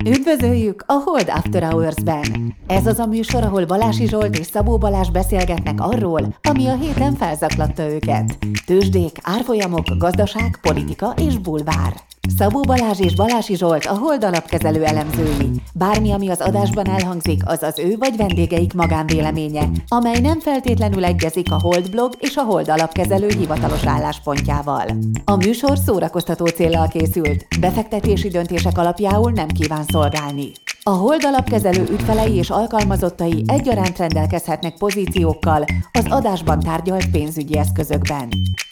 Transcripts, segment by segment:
Üdvözöljük a Hold After Hours-ben! Ez az a műsor, ahol Balási Zsolt és Szabó Balázs beszélgetnek arról, ami a héten felzaklatta őket. Tőzsdék, árfolyamok, gazdaság, politika és bulvár. Szabó Balázs és Balási Zsolt a Hold alapkezelő elemzői. Bármi, ami az adásban elhangzik, az az ő vagy vendégeik magánvéleménye, amely nem feltétlenül egyezik a Hold blog és a Hold alapkezelő hivatalos álláspontjával. A műsor szórakoztató céllal készült, befektetési döntések alapjául nem kíván szolgálni. A Hold alapkezelő ügyfelei és alkalmazottai egyaránt rendelkezhetnek pozíciókkal az adásban tárgyalt pénzügyi eszközökben.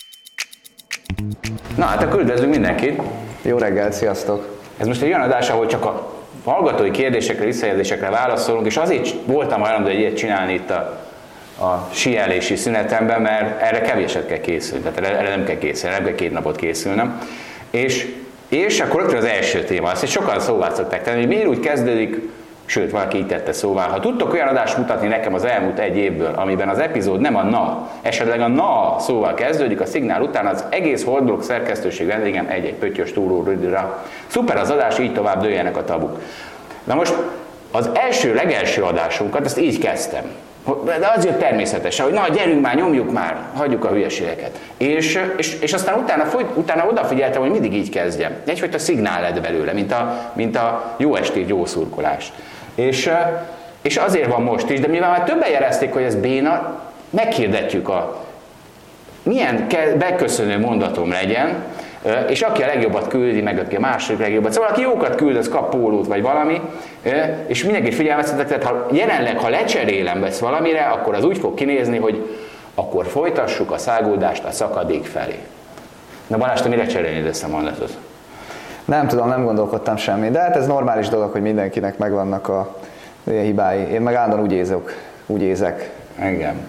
Na hát akkor üdvözlünk mindenkit! Jó reggelt, sziasztok! Ez most egy olyan adás, ahol csak a hallgatói kérdésekre, visszajelzésekre válaszolunk, és azért voltam hajlandó egy ilyet csinálni itt a síelési szünetemben, mert erre kevéset kell készülni, tehát erre nem kell készülni, nem kell 2 napot készülnem. És akkor rögtön az első téma, azt is sokan szóvá szokták tenni, hogy miért úgy kezdődik, sőt, valaki így tette szóvá. Ha tudtok olyan adást mutatni nekem az elmúlt egy évből, amiben az epizód nem a na, esetleg a na szóval kezdődik, a szignál után az egész Holdblog szerkesztőség vendégem egy pöttyös túró rövidre. Szuper az adás, így tovább dőljenek a tabuk. Na most az legelső adásunkat, ezt így kezdtem. De az jött természetesen, hogy na gyerünk már, nyomjuk már, hagyjuk a hülyeségeket. És aztán utána odafigyeltem, hogy mindig így kezdjem. Egyfajta szignál lett belőle, mint a jó estét, jó szurkolás. És azért van most is, de mivel már többen jelezték, hogy ez béna, meghirdetjük milyen beköszönő mondatom legyen, és aki a legjobbat küldi, meg aki a második legjobbat. Szóval aki jókat küld, az kap pólót vagy valami, és mindenkit figyelmeztetek, tehát ha lecserélem vesz valamire, akkor az úgy fog kinézni, hogy akkor folytassuk a száguldást a szakadék felé. Na Balázs, te mire cserélnéd ezt a mondatot? Nem tudom, nem gondolkodtam semmi, de hát ez normális dolog, hogy mindenkinek megvannak a hibái. Én meg állandóan úgy ézek. Engem.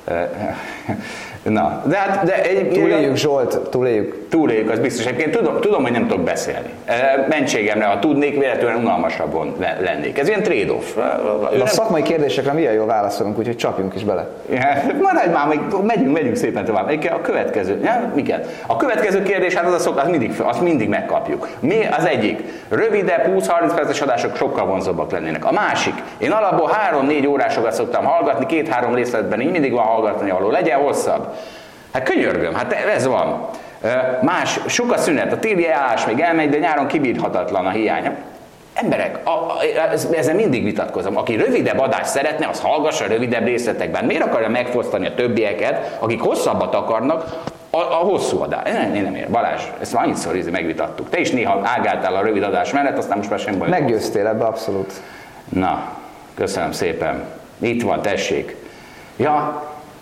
Na, túléljük, Zsolt, túléljük. Túléljük, az biztos. Egyébként tudom, hogy nem tudok beszélni. Mentségemre, ha tudnék, véletlenül unalmasabban lennék. Ez ilyen trade-off. A szakmai kérdésekre milyen jól válaszolunk, úgyhogy csapjunk is bele. Maradj már, megyünk szépen tovább. A következő kérdés, hát azt mindig megkapjuk. Mi az egyik? Rövidebb, 20-30 perces adások sokkal vonzóbbak lennének. A másik, én alapból 3-4 órásokat szoktam hallgatni, 2-3 részletben így mindig van hallgatni való, legyen hosszabb. Hát könyörgöm, hát ez van. Sok a szünet, a téli állás még elmegy, de nyáron kibírhatatlan a hiány. Emberek, ezzel mindig vitatkozom. Aki rövidebb adást szeretne, az hallgassa rövidebb részletekben. Miért akarja megfosztani a többieket, akik hosszabbat akarnak, a hosszú adás? Én nem ér. Balázs, ezt már annyiszor megvitattuk. Te is néha ágáltál a rövid adás mellett, aztán most már sem baj. Meggyőztél ebbe, abszolút. Na, köszönöm szépen. Itt van, tessék. Ja,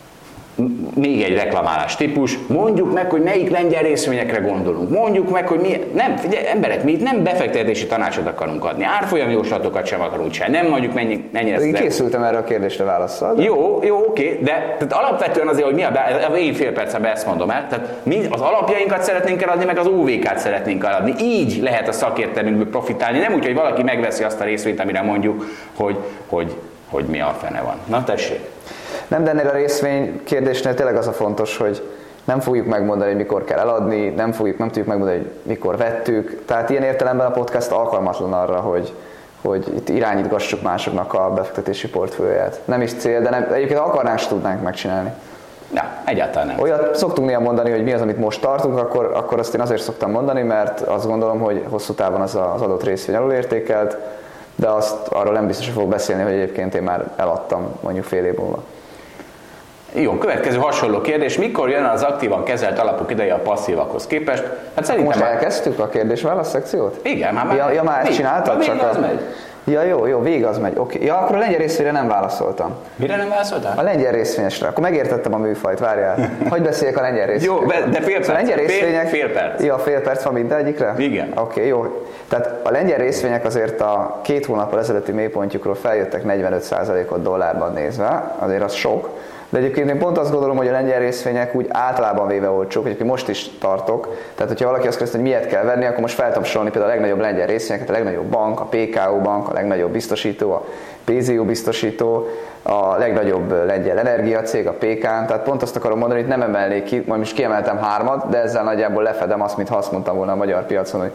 még egy reklamálás típus, mondjuk meg, hogy melyik lengyel részvényekre gondolunk, mondjuk meg, hogy figyelj, emberek, mi itt nem befektetési tanácsot akarunk adni, árfolyamjóslatokat sem akarunk csinálni, nem mondjuk mennyire... Én készültem erre a kérdésre válaszol. Jó, oké, de tehát alapvetően azért, hogy én fél percben ezt mondom el, tehát mi az alapjainkat szeretnénk eladni, meg az OV-kat szeretnénk eladni, így lehet a szakértelmünkből profitálni, nem úgy, hogy valaki megveszi azt a részvényt, amire mondjuk, hogy mi a fene van. Na tessék! Nem, de ennél a részvény kérdésnél tényleg az a fontos, hogy nem fogjuk megmondani, hogy mikor kell eladni, nem tudjuk megmondani, hogy mikor vettük. Tehát ilyen értelemben a podcast alkalmatlan arra, hogy itt irányítgassuk másoknak a befektetési portfólióját. Nem is cél, de egyébként akarnánk, se tudnánk megcsinálni. Ja, egyáltalán nem. Olyat szoktunk néha mondani, hogy mi az, amit most tartunk, akkor azt én azért szoktam mondani, mert azt gondolom, hogy hosszú távon az adott részvény alulértékelt, de arról nem biztos, hogy fogok beszélni, hogy egyébként én már eladtam mondjuk fél év múlva. Jó, következő hasonló kérdés. Mikor jön az aktívan kezelt alapok ideje a passzívakhoz képest? Hát szerintem most elkezdtük a kérdés-válasz szekciót? Igen, már. Ja, már ezt csináltad? Végig az megy. Ja, jó, végig az megy. Okay. Ja, akkor a lengyel részvényre nem válaszoltam. Mire nem válaszoltál? A lengyel részvényesre. Akkor megértettem a műfajt, várjál. Hogy beszéljek a lengyel részvényről? Jó, de fél perc. A lengyel részvények... Fél perc. Ja, fél perc van mindegyikre? Igen. Oké, jó. Tehát a lengyel részvények azért a 2 hónappal ezelőtti mélypontjukról feljöttek 45%-ot dollárban nézve, azért az sok. De egyébként én pont azt gondolom, hogy a lengyel részvények úgy általában véve olcsók, egyébként most is tartok. Tehát, hogyha valaki azt kérdezi, hogy miért kell venni, akkor most fel tudom sorolni például a legnagyobb lengyel részvényeket, a legnagyobb bank, a PKO bank, a legnagyobb biztosító, a PZU biztosító, a legnagyobb lengyel energiacég, a PKN, tehát pont azt akarom mondani, hogy nem emelnék ki, majd most kiemeltem 3, de ezzel nagyjából lefedem azt, mintha azt mondtam volna a magyar piacon, hogy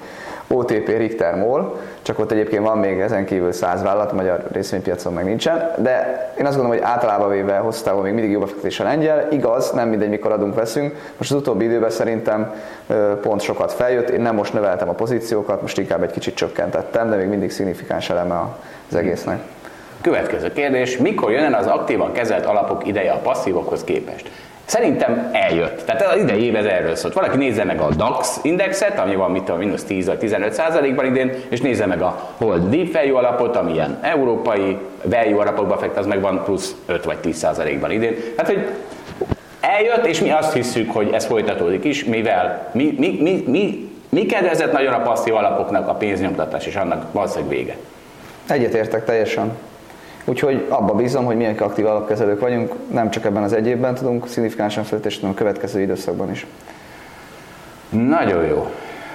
OTP, Richter, MOL, csak ott egyébként van még ezen kívül 100 vállalat, a magyar részvénypiacon meg nincsen, de én azt gondolom, hogy általában véve hosszú távon még mindig jobb a befektetés a lengyel. Igaz, nem mindegy, mikor adunk, veszünk. Most az utóbbi időben szerintem pont sokat feljött, én nem most növeltem a pozíciókat, most inkább egy kicsit csökkentettem, de még mindig szignifikáns eleme az egésznek. Következő kérdés, mikor jön el az aktívan kezelt alapok ideje a passzívokhoz képest? Szerintem eljött. Tehát az idei év ez erről szólt. Valaki nézze meg a DAX indexet, ami van mínusz 10 vagy 15%-ban idén, és nézze meg a Hold Deep Value alapot, ami ilyen európai value alapokba fektet, az meg van plusz 5 vagy 10%-ban idén. Tehát, hogy eljött, és mi azt hiszük, hogy ez folytatódik is, mivel mi kedvezett nagyon a passzív alapoknak a pénznyomtatás, és annak valószínűleg vége. Egyetértek teljesen. Úgyhogy abba bízom, hogy milyen aktív alapkezelők vagyunk, nem csak ebben az egy évben tudunk szignifikánsan fejlődni, hanem a következő időszakban is. Nagyon jó.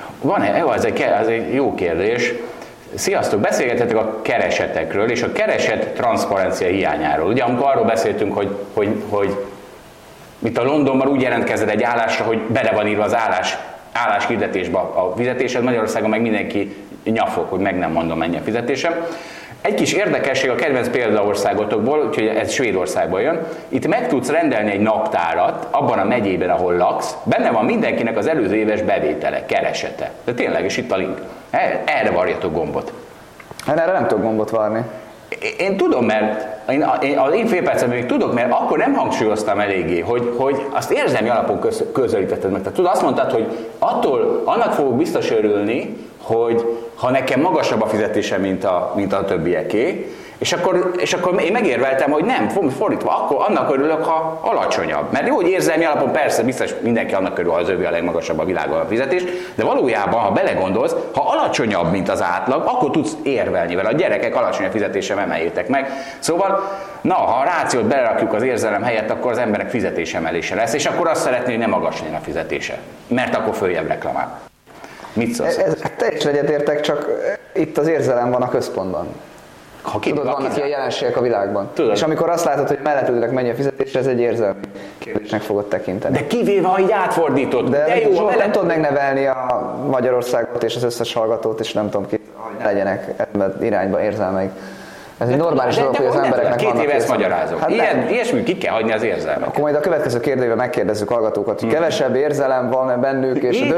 Ez egy jó kérdés. Sziasztok, beszélgethetek a keresetekről és a kereset transzparencia hiányáról. Ugye amikor arról beszéltünk, hogy itt a Londonban úgy jelentkezett egy állásra, hogy bele van írva az álláshirdetésbe a fizetésed, Magyarországon meg mindenki nyafog, hogy meg nem mondom mennyi a fizetésem. Egy kis érdekesség a kedvenc példaországotokból, úgyhogy ez Svédországból jön. Itt meg tudsz rendelni egy naptárat abban a megyében, ahol laksz. Benne van mindenkinek az előző éves bevétele, keresete. De tényleg, és itt a link. Erre varjatok gombot. Hát erre nem tudok gombot varni. Én tudom, mert az én fél percem még tudok, mert akkor nem hangsúlyoztam eléggé, hogy azt érzelmi alapon közelítetted meg. Tehát tudod, azt mondtad, hogy annak fogok biztos örülni, hogy ha nekem magasabb a fizetésem, mint a többieké, és akkor én megérveltem, hogy nem, fordítva, akkor annak örülök, ha alacsonyabb. Mert jó, hogy érzelmi alapon persze biztos mindenki annak örül, ha az övé a legmagasabb a világon a fizetés, de valójában, ha belegondolsz, ha alacsonyabb, mint az átlag, akkor tudsz érvelni vele. A gyerekek alacsony a fizetésem, emeljétek meg. Szóval, ha a rációt belerakjuk az érzelem helyett, akkor az emberek fizetésemelése lesz, és akkor azt szeretné, hogy nem magas legyen a fizetése, mert akkor följebb reklamál. Mit szólsz? Teljesen egyetértek, csak itt az érzelem van a központban. Tudod, vannak ilyen jelenségek a világban. Tudod. És amikor azt látod, hogy mellettődnek mennyi a fizetés, ez egy érzelmi kérdésnek fogod tekinteni. De kivéve, ha így átfordítod. De jó, Zsolt, nem tudod megnevelni a Magyarországot és az összes hallgatót, és nem tudom ki, hogy ne legyenek ebben irányba érzelmeik. Ez egy normális dolog, hogy az embereknek vannak. 2 éve ezt magyarázom. Hát ilyesmi, ki kell hagyni az érzelmet. Akkor majd a következő kérdésben megkérdezzük hallgatókat, hogy kevesebb érzelem van bennük, és a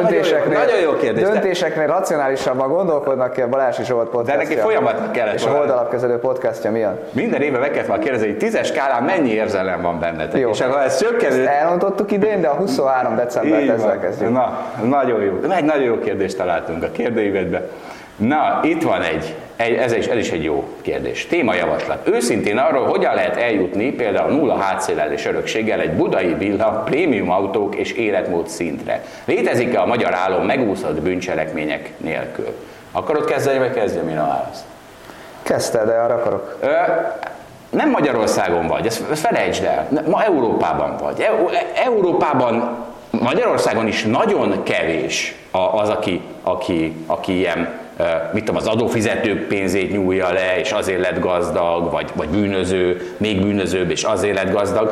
döntéseknél racionálisabban gondolkodnak-e a Balási Zsolt podcastja. De neki folyamatnak kellett. És a Hold alapkezelő podcastja miatt. Minden évben meg kellett már kérdezni, hogy 10-es skálán mennyi érzelem van bennetek. Jó. És ha ez csökkenő... Ezt elmondottuk idén, de a 23 decembert ezzel kezdjük. Na, nagyon jó. Egy nagyon jó kérdést találtunk a kérdőívedbe. Na, itt van ez is egy jó kérdés. Témajavaslat. Őszintén arról, hogyan lehet eljutni például nulla hátszéllel és örökséggel egy budai villa, prémium autók és életmód szintre. Létezik-e a magyar álom megúszott bűncselekmények nélkül? Akarod kezdeni, vagy kezdjem én a választ? Kezdte, de arra akarok. Nem Magyarországon vagy, ezt felejtsd el. Ma Európában vagy. Európában, Magyarországon is nagyon kevés az, aki ilyen, mit tudom, az adófizetők pénzét nyúlja le, és azért lett gazdag, vagy bűnöző, még bűnözőbb, és azért lett gazdag.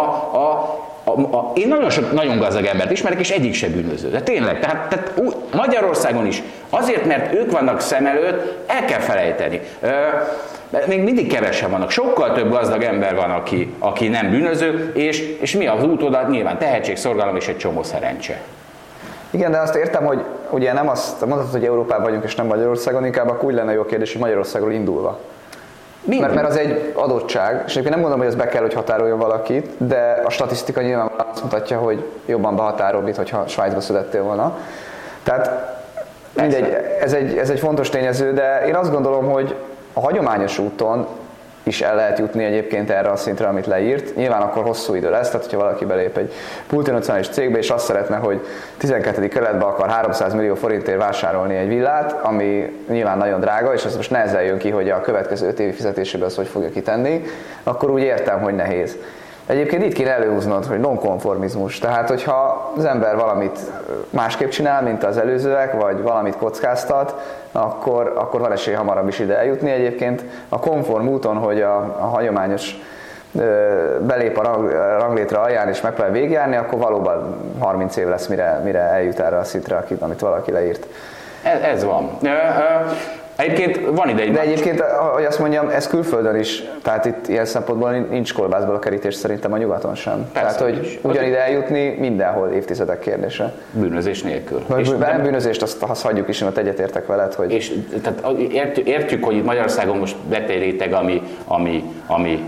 Én nagyon gazdag embert ismerek, és egyik se bűnöző. De tényleg, tehát Magyarországon is, azért, mert ők vannak szem előtt, el kell felejteni. Még mindig kevesen vannak, sokkal több gazdag ember van, aki nem bűnöző, és mi az útodat? Nyilván tehetség, szorgalom és egy csomó szerencse. Igen, de azt értem, hogy ugye nem azt mondhatod, hogy Európában vagyunk és nem Magyarországon, inkább akkor úgy lenne jó kérdés, hogy Magyarországról indulva. Mert az egy adottság, és egyébként nem gondolom, hogy ez be kell, hogy határoljon valakit, de a statisztika nyilván azt mutatja, hogy jobban behatárol, mint hogyha Svájcba születtél volna. Tehát mindegy, ez egy fontos tényező, de én azt gondolom, hogy a hagyományos úton is el lehet jutni egyébként erre a szintre, amit leírt. Nyilván akkor hosszú idő lesz, tehát hogyha valaki belép egy multinacionális cégbe, és azt szeretne, hogy 12. kerületben akar 300 millió forintért vásárolni egy villát, ami nyilván nagyon drága, és az most nehezen jön ki, hogy a következő 5 évi fizetéséből azt hogy fogja kitenni, akkor úgy értem, hogy nehéz. Egyébként itt kéne előhúznod, hogy nonkonformizmus. Tehát, hogyha az ember valamit másképp csinál, mint az előzőek, vagy valamit kockáztat, akkor van esély hamarabb is ide eljutni. Egyébként a konform úton, hogy a hagyományos belép a ranglétre alján és megpróbál végigjárni, akkor valóban 30 év lesz, mire eljut erre a szintre, amit valaki leírt. Ez van. Egyébként van ide egy... De egyébként, ahogy azt mondjam, ez külföldön is, tehát itt ilyen szempontból nincs kolbászból a kerítés szerintem a nyugaton sem. Persze, tehát, hogy ugyanide eljutni mindenhol évtizedek kérdése. Bűnözés nélkül. Nem bűnözést, azt hagyjuk is, mert egyetértek veled, hogy... És tehát értjük, hogy itt Magyarországon most lett egy réteg, ami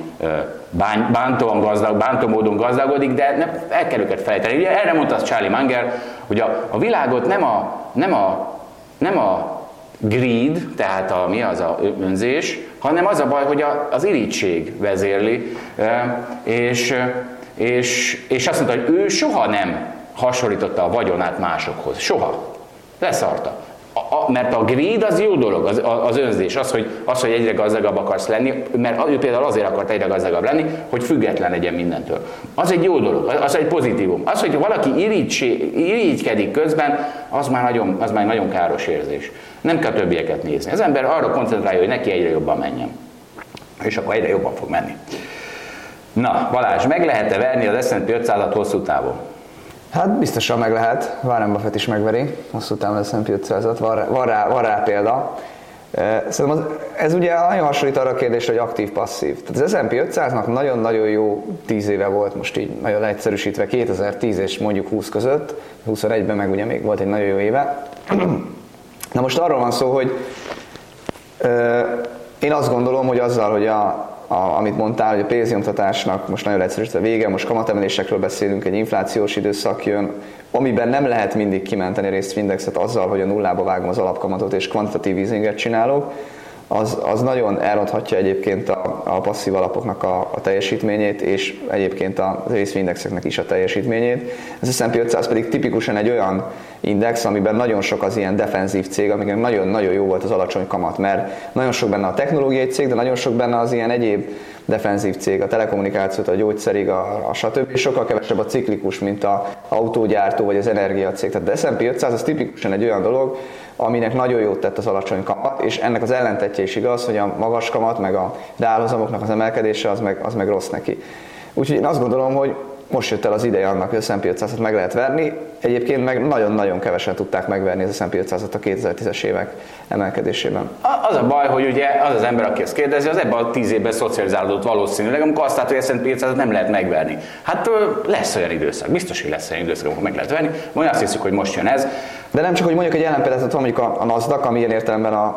bántó módon gazdagodik, de el kell őket felejteni. Ugye erre mondta az Charlie Munger, hogy a világot nem a greed, tehát mi az a önzés, hanem az a baj, hogy az irigység vezérli, és azt mondta, hogy ő soha nem hasonlította a vagyonát másokhoz. Soha. Leszarta. Mert a greed az jó dolog, az önzés, az, hogy egyre gazdagabb akarsz lenni, mert ő például azért akart egyre gazdagabb lenni, hogy független legyen mindentől. Az egy jó dolog, az egy pozitívum. Az, hogy valaki irigykedik közben, az már nagyon káros érzés. Nem kell többieket nézni. Az ember arra koncentrálja, hogy neki egyre jobban menjen. És akkor egyre jobban fog menni. Na, Balázs, meg lehet-e verni az S&P 500-at hosszú távon? Hát biztosan meg lehet, Warren Buffett is megveri hosszú távon az S&P 500-at, van rá példa. Szerintem ez ugye nagyon hasonlít arra a kérdésre, hogy aktív-passzív. Tehát az S&P 500-nak nagyon-nagyon jó 10 éve volt, most így nagyon leegyszerűsítve 2010 és mondjuk 20 között, 21-ben meg ugye még volt egy nagyon jó éve. Na most arról van szó, hogy én azt gondolom, hogy azzal, hogy amit mondtál, hogy a pénznyomtatásnak most nagyon egyszerűsítve vége, most kamatemelésekről beszélünk, egy inflációs időszak jön, amiben nem lehet mindig kimenteni a részvényindexet azzal, hogy a nullába vágom az alapkamatot és kvantitatív easinget csinálok, az nagyon elronthatja egyébként a passzív alapoknak a teljesítményét, és egyébként a részvényindexeknek is a teljesítményét. Az S&P 500 pedig tipikusan egy olyan index, amiben nagyon sok az ilyen defenzív cég, amiknek nagyon-nagyon jó volt az alacsony kamat, mert nagyon sok benne a technológiai cég, de nagyon sok benne az ilyen egyéb defenzív cég, a telekommunikációt, a gyógyszerig, a stb. És sokkal kevesebb a ciklikus, mint az autógyártó vagy az energiacég. Tehát az S&P 500 az tipikusan egy olyan dolog, aminek nagyon jót tett az alacsony kamat, és ennek az ellentetje is igaz, hogy a magas kamat, meg a reálhozamoknak az emelkedése az meg rossz neki. Úgyhogy én azt gondolom, hogy most jött el az ideje annak, hogy a S&P 500-at meg lehet verni. Egyébként meg nagyon-nagyon kevesen tudták megverni az S&P 500-at a 2010-es évek emelkedésében. Az a baj, hogy ugye az ember, aki ezt kérdezi, az ebben a 10 évben szocializálódott valószínűleg, amikor azt látta, hogy a S&P 500-at nem lehet megverni. Hát lesz olyan időszak, biztos, hogy lesz olyan időszak, amikor meg lehet verni, majd azt hiszük, hogy most jön ez. De nem csak, hogy mondjuk egy jelen példát, van mondjuk a Nasdaq, ami ilyen értelemben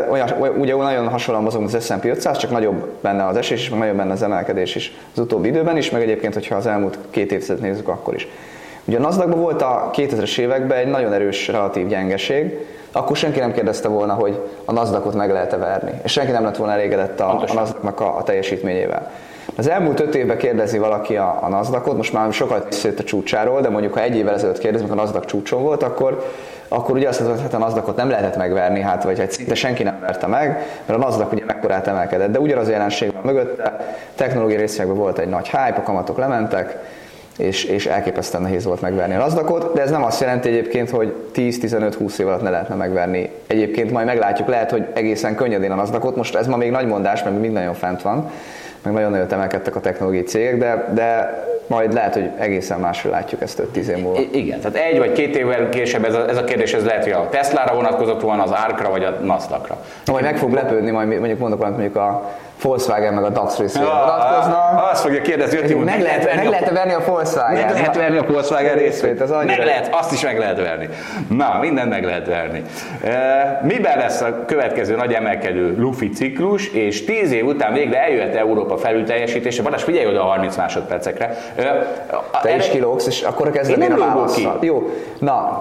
ugye nagyon hasonlóan mozog az S&P 500, csak nagyobb benne az esés is, meg nagyobb benne az emelkedés is az utóbbi időben is, meg egyébként, hogyha az elmúlt 2 évtizedet nézzük, akkor is. Ugye a Nasdaqban volt a 2000-es években egy nagyon erős relatív gyengeség, akkor senki nem kérdezte volna, hogy a Nasdaqot meg lehet-e verni, és senki nem lett volna elégedett a Nasdaqnak a teljesítményével. Az elmúlt 5 évben kérdezi valaki a Nasdaqot, most már sokat beszélt a csúcsáról, de mondjuk ha 1 évvel ezelőtt kérdezi, amikor a Nasdaq csúcson volt, akkor ugye azt mondta, hogy a Nasdaqot nem lehetett megverni, vagy hát szinte senki nem verte meg, mert a Nasdaq ugye mekkorát emelkedett, de ugyanaz a jelenség van mögötte, technológiai részvényekben volt egy nagy hype, a kamatok lementek, és elképesztően nehéz volt megverni a Nasdaqot, de ez nem azt jelenti egyébként, hogy 10-15-20 év alatt ne lehetne megverni. Egyébként majd meglátjuk, lehet, hogy egészen könnyedén a Nasdaqot, most ez ma még nagy mondás, mert mind nagyon fent van, meg nagyon nagyot emelkedtek a technológiai cégek, de majd lehet, hogy egészen másról látjuk ezt 5-10 év múlva. Igen, tehát 1 vagy 2 évvel később ez a kérdés, ez lehet, hogy a Teslára vonatkozott volna, az ARK-ra vagy a Nasdaqra. Majd meg fog lepődni, majd mondjuk mondok valamit, mondjuk a Volkswagen meg a DAX részére vonatkozna. Azt fogja kérdezni, hogy meg lehet verni a Volkswagen. Meg lehet verni a Volkswagen részvényt. Meg lehet, azt is meg lehet verni. Na, mindent meg lehet verni. Miben lesz a következő nagy emelkedő lufi ciklus, és 10 év után végre eljöhet Európa felülteljesítése? Balázs, figyelj oda a 30 másodpercekre. Te is kilógsz, és akkor kezdem én a válaszsal. Jó, na...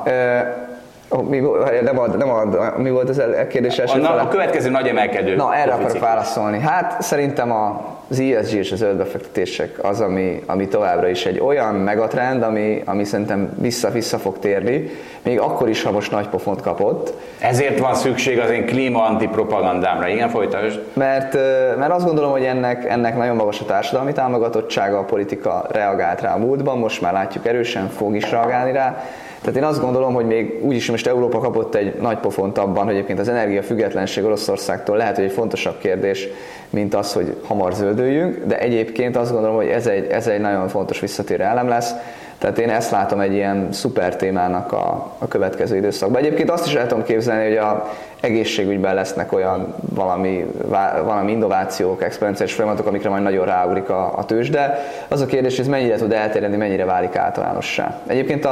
Mi volt az kérdés első fele? A következő nagy emelkedő. Na, erre akarok válaszolni. Hát szerintem az ESG és a zöld befektetések az, ami továbbra is egy olyan megatrend, ami szerintem vissza fog térni, még akkor is, ha most nagy pofont kapott. Ezért van szükség az én klíma-antipropagandámra. Igen, folytasd. Mert azt gondolom, hogy ennek nagyon magas a társadalmi támogatottsága, a politika reagált rá a múltban, most már látjuk erősen, fog is reagálni rá. Tehát én azt gondolom, hogy még úgyis most Európa kapott egy nagy pofont abban, hogy egyébként az energiafüggetlenség Oroszországtól lehet, hogy egy fontosabb kérdés, mint az, hogy hamar zöldüljünk, de egyébként azt gondolom, hogy ez egy nagyon fontos visszatérő elem lesz. Tehát én ezt látom egy ilyen szuper témának a következő időszakban. Egyébként azt is el tudom képzelni, hogy a egészségügyben lesznek olyan valami innovációk, exponenciális folyamatok, amikre majd nagyon ráugrik a tőzsde. Az a kérdés, hogy ez mennyire tud elterjedni, mennyire válik általánossá. Egyébként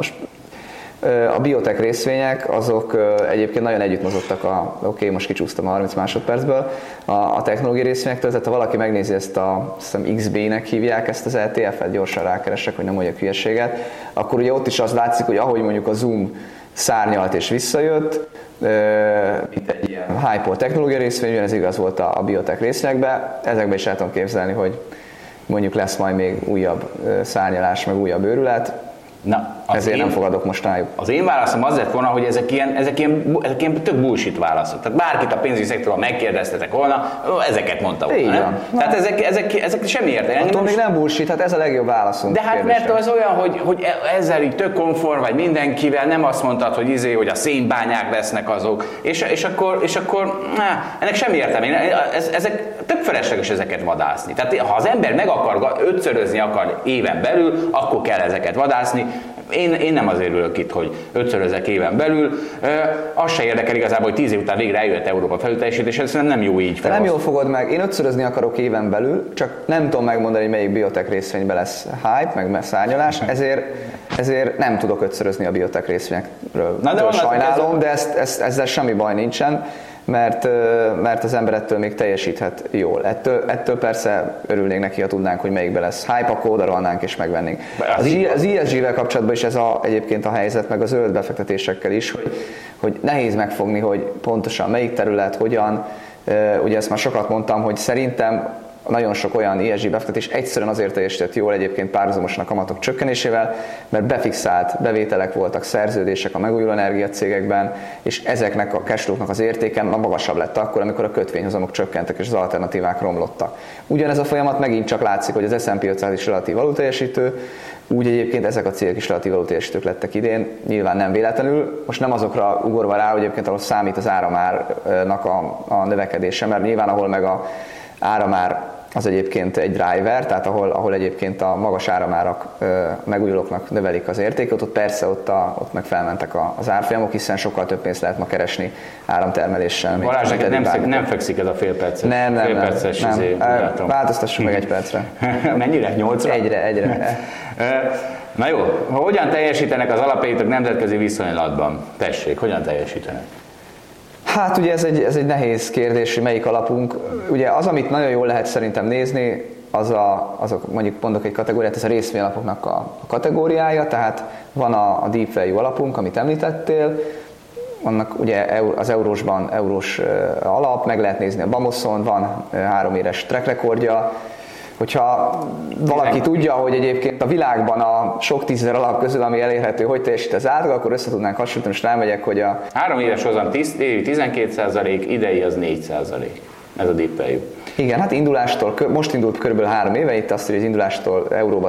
a biotech részvények, azok egyébként nagyon együtt mozogtak most kicsúsztam a 30 másodpercből, a technológiai részvényektől, tehát ha valaki megnézi azt hiszem XB-nek hívják ezt az ETF-et, gyorsan rákeresek, hogy nem mondjak hülyeséget, akkor ugye ott is az látszik, hogy ahogy mondjuk a Zoom szárnyalt és visszajött, mint egy ilyen hype technológiai részvény, ez igaz volt a biotech részvényekben, ezekben is el tudom képzelni, hogy mondjuk lesz majd még újabb szárnyalás, meg újabb őrület. Na, ezért nem fogadok most rájuk. Az én válaszom az lett volna, hogy ezek ilyen tök bullshit válaszok. Tehát bárkit a pénzügyi szektorban megkérdeztetek volna, ezeket mondta volna, nem? Tehát ezek semmi értelme. Attól még nem bullshit, hát ez a legjobb válaszunk. De hát mert az olyan, hogy ezzel így tök konform vagy mindenkivel, nem azt mondtad, hogy a szénbányák lesznek azok, és akkor ennek semmi értelme. Ezek tök felesleges ezeket vadászni. Tehát ha az ember meg akar, ötszörözni akar éven belül, akkor kell ezeket vadászni. Én nem azért ülök itt, hogy ötszörözek éven belül. Az se érdekel igazából, hogy 10 év után végre eljött Európa felülteljesítés, ez nem jó így. De nem jól fogod meg. Én ötszörözni akarok éven belül, csak nem tudom megmondani, hogy melyik biotech részvényben lesz hype, meg szárnyalás, ezért nem tudok ötszörözni a biotech részvényekről. Sajnálom, de ezzel semmi baj nincsen. Mert az ember ettől még teljesíthet jól. Ettől persze örülnénk neki, ha tudnánk, hogy melyikben lesz hype, akkor oda rohannánk és megvennénk. Az ESG-vel kapcsolatban is ez egyébként a helyzet, meg a zöld befektetésekkel is, hogy nehéz megfogni, hogy pontosan melyik terület, hogyan. Ugye ezt már sokat mondtam, hogy szerintem nagyon sok olyan ESG befektetés egyszerűen azért teljesített jól egyébként párhuzamosan a kamatok csökkenésével, mert befixált bevételek voltak, szerződések a megújuló energiacégekben, és ezeknek a cashflow-nak az értéke magasabb lett akkor, amikor a kötvényhozamok csökkentek és az alternatívák romlottak. Ugyanez a folyamat megint csak látszik, hogy az S&P 500 is relatív alulteljesítő, úgy egyébként ezek a cégek is relatív alulteljesítők lettek idén, nyilván nem véletlenül. Most nem azokra ugorva rá, hogy egyébként ahol számít az áramárnak a növekedése, mert nyilván ahol meg a áramár az egyébként egy driver, tehát ahol egyébként a magas áramárak megújulóknak növelik az értéket, ott persze ott meg felmentek az árfolyamok, hiszen sokkal több pénzt lehet ma keresni áramtermeléssel. Balázs, neked nem fekszik ez a fél perces? Nem. Változtassuk meg egy percre. Mennyire? 8-ra? Egyre. Na jó, hogyan teljesítenek az alapjaitok nemzetközi viszonylatban? Tessék, hogyan teljesítenek? Hát ugye ez egy nehéz kérdés, hogy melyik alapunk. Ugye az, amit nagyon jól lehet szerintem nézni, azok mondjuk mondok egy kategóriát, ez a részvényalapoknak a kategóriája, tehát van a Deep Value alapunk, amit említettél, annak ugye az eurós alap, meg lehet nézni a Bamoszon, van 3 éves track recordja. Hogyha valaki tudja, hogy egyébként a világban a sok tízezer alap közül, ami elérhető, hogy teljesít az átlag, akkor össze tudnánk hasonlítani, és rámegyek, hogy a 3 éves hozam évi 12%, idei az 4%. Ez a Deep Value. Igen, hát most indult kb. 3 éve, itt azt, hogy az indulástól euróban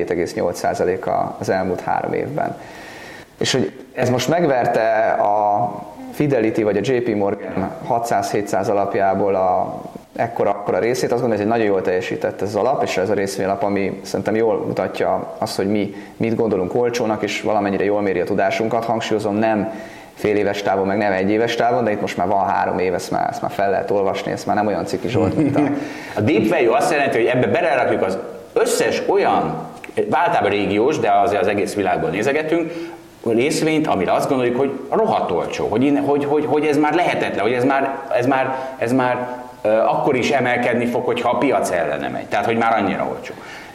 12,8% az elmúlt 3 évben. És hogy ez most megverte a Fidelity vagy a JP Morgan 600-700 alapjából ekkora részét, azt gondolom, hogy ez egy nagyon jól teljesített ez az alap, és ez a részvényalap, ami szerintem jól mutatja azt, hogy mi mit gondolunk olcsónak, és valamennyire jól méri a tudásunkat. Hangsúlyozom, nem fél éves távon, meg nem 1 éves távon, de itt most már van 3 év, ezt már fel lehet olvasni, ez már nem olyan Ciki Zsolt, mint a Deep Value azt jelenti, hogy ebbe belerakjuk az összes olyan, általában régiós, de azért az egész világban nézegetünk, részvényt, amire azt gondoljuk, hogy rohadt olcsó, hogy ez már lehetetlen, hogy ez már akkor is emelkedni fog, hogyha a piac ellene megy. Tehát, hogy már annyira olcsó.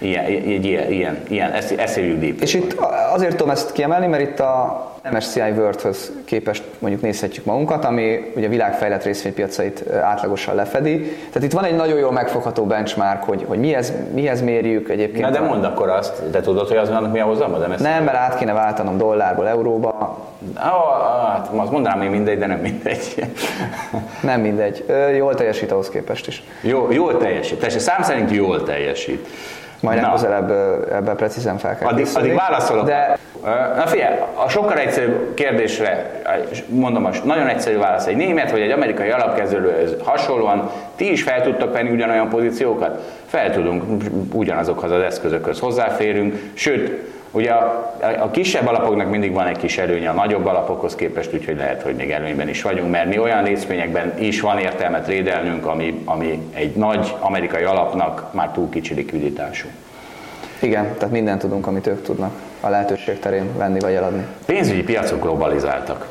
Ilyen, ezt hívjuk Deep. És itt azért tudom ezt kiemelni, mert itt a MSCI World-höz képest mondjuk nézhetjük magunkat, ami ugye a világfejlett részvénypiacait átlagosan lefedi. Tehát itt van egy nagyon jól megfogható benchmark, hogy mihez mérjük egyébként. Na de mondd akkor azt, de tudod, hogy azonnak mi a hozam az MSCI? Nem, mert át kéne váltanom dollárból euróba. Hát azt mondanám, hogy mindegy, de nem mindegy. Nem mindegy. Jól teljesít ahhoz képest is. Jól teljesít. Tehát szám szerint jól teljesít. Majd legközelebb ebben precízen fel kell addig válaszolok. De... Na figyelj, a sokkal egyszerűbb kérdésre, mondom, nagyon egyszerű válasz. Egy német vagy egy amerikai alapkezelőhöz hasonlóan ti is fel tudtok venni ugyanolyan pozíciókat? Fel tudunk, ugyanazokhoz az eszközökhöz hozzáférünk, sőt, Ugye a kisebb alapoknak mindig van egy kis előnye a nagyobb alapokhoz képest, úgyhogy lehet, hogy még előnyben is vagyunk, mert mi olyan részvényekben is van értelme trédelnünk, ami egy nagy amerikai alapnak már túl kicsi likviditású. Igen, tehát mindent tudunk, amit ők tudnak a lehetőség terén venni vagy eladni. Pénzügyi piacok globalizáltak.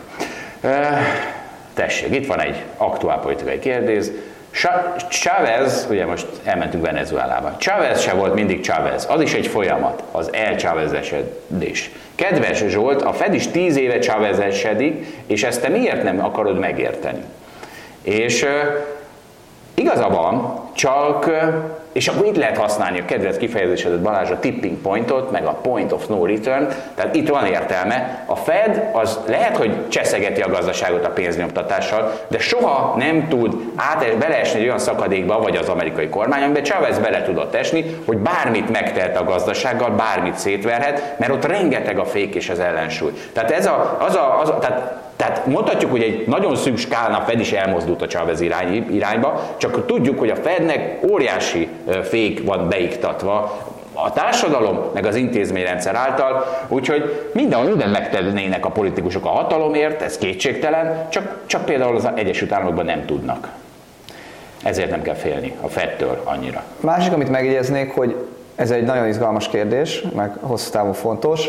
Tessék, itt van egy aktuálpolitikai kérdés. Chávez, ugye most elmentünk Venezuelába. Chávez se volt mindig Chávez, az is egy folyamat, az elcsávezesedés. Kedves Zsolt, a Fed is 10 éve chávezesedik, és ezt te miért nem akarod megérteni? És igaza van, csak, és akkor itt lehet használni a kedvenc kifejezésedet Balázs, a tipping pointot, meg a point of no return, tehát itt van értelme. A Fed az lehet, hogy cseszegeti a gazdaságot a pénznyomtatással, de soha nem tud beleesni egy olyan szakadékba, vagy az amerikai kormány, amiben Chávez bele tudott esni, hogy bármit megtehet a gazdasággal, bármit szétverhet, mert ott rengeteg a fék és az ellensúly. Tehát tehát mondhatjuk, hogy egy nagyon szűk skálán a Fed is elmozdult a Chávez irányba, csak tudjuk, hogy a Fednek óriási fék van beiktatva a társadalom, meg az intézményrendszer által, úgyhogy minden megtennének a politikusok a hatalomért, ez kétségtelen, csak például az Egyesült Államokban nem tudnak. Ezért nem kell félni a Fedtől annyira. Másik, amit megjegyeznék, hogy ez egy nagyon izgalmas kérdés, meg hosszú távon fontos.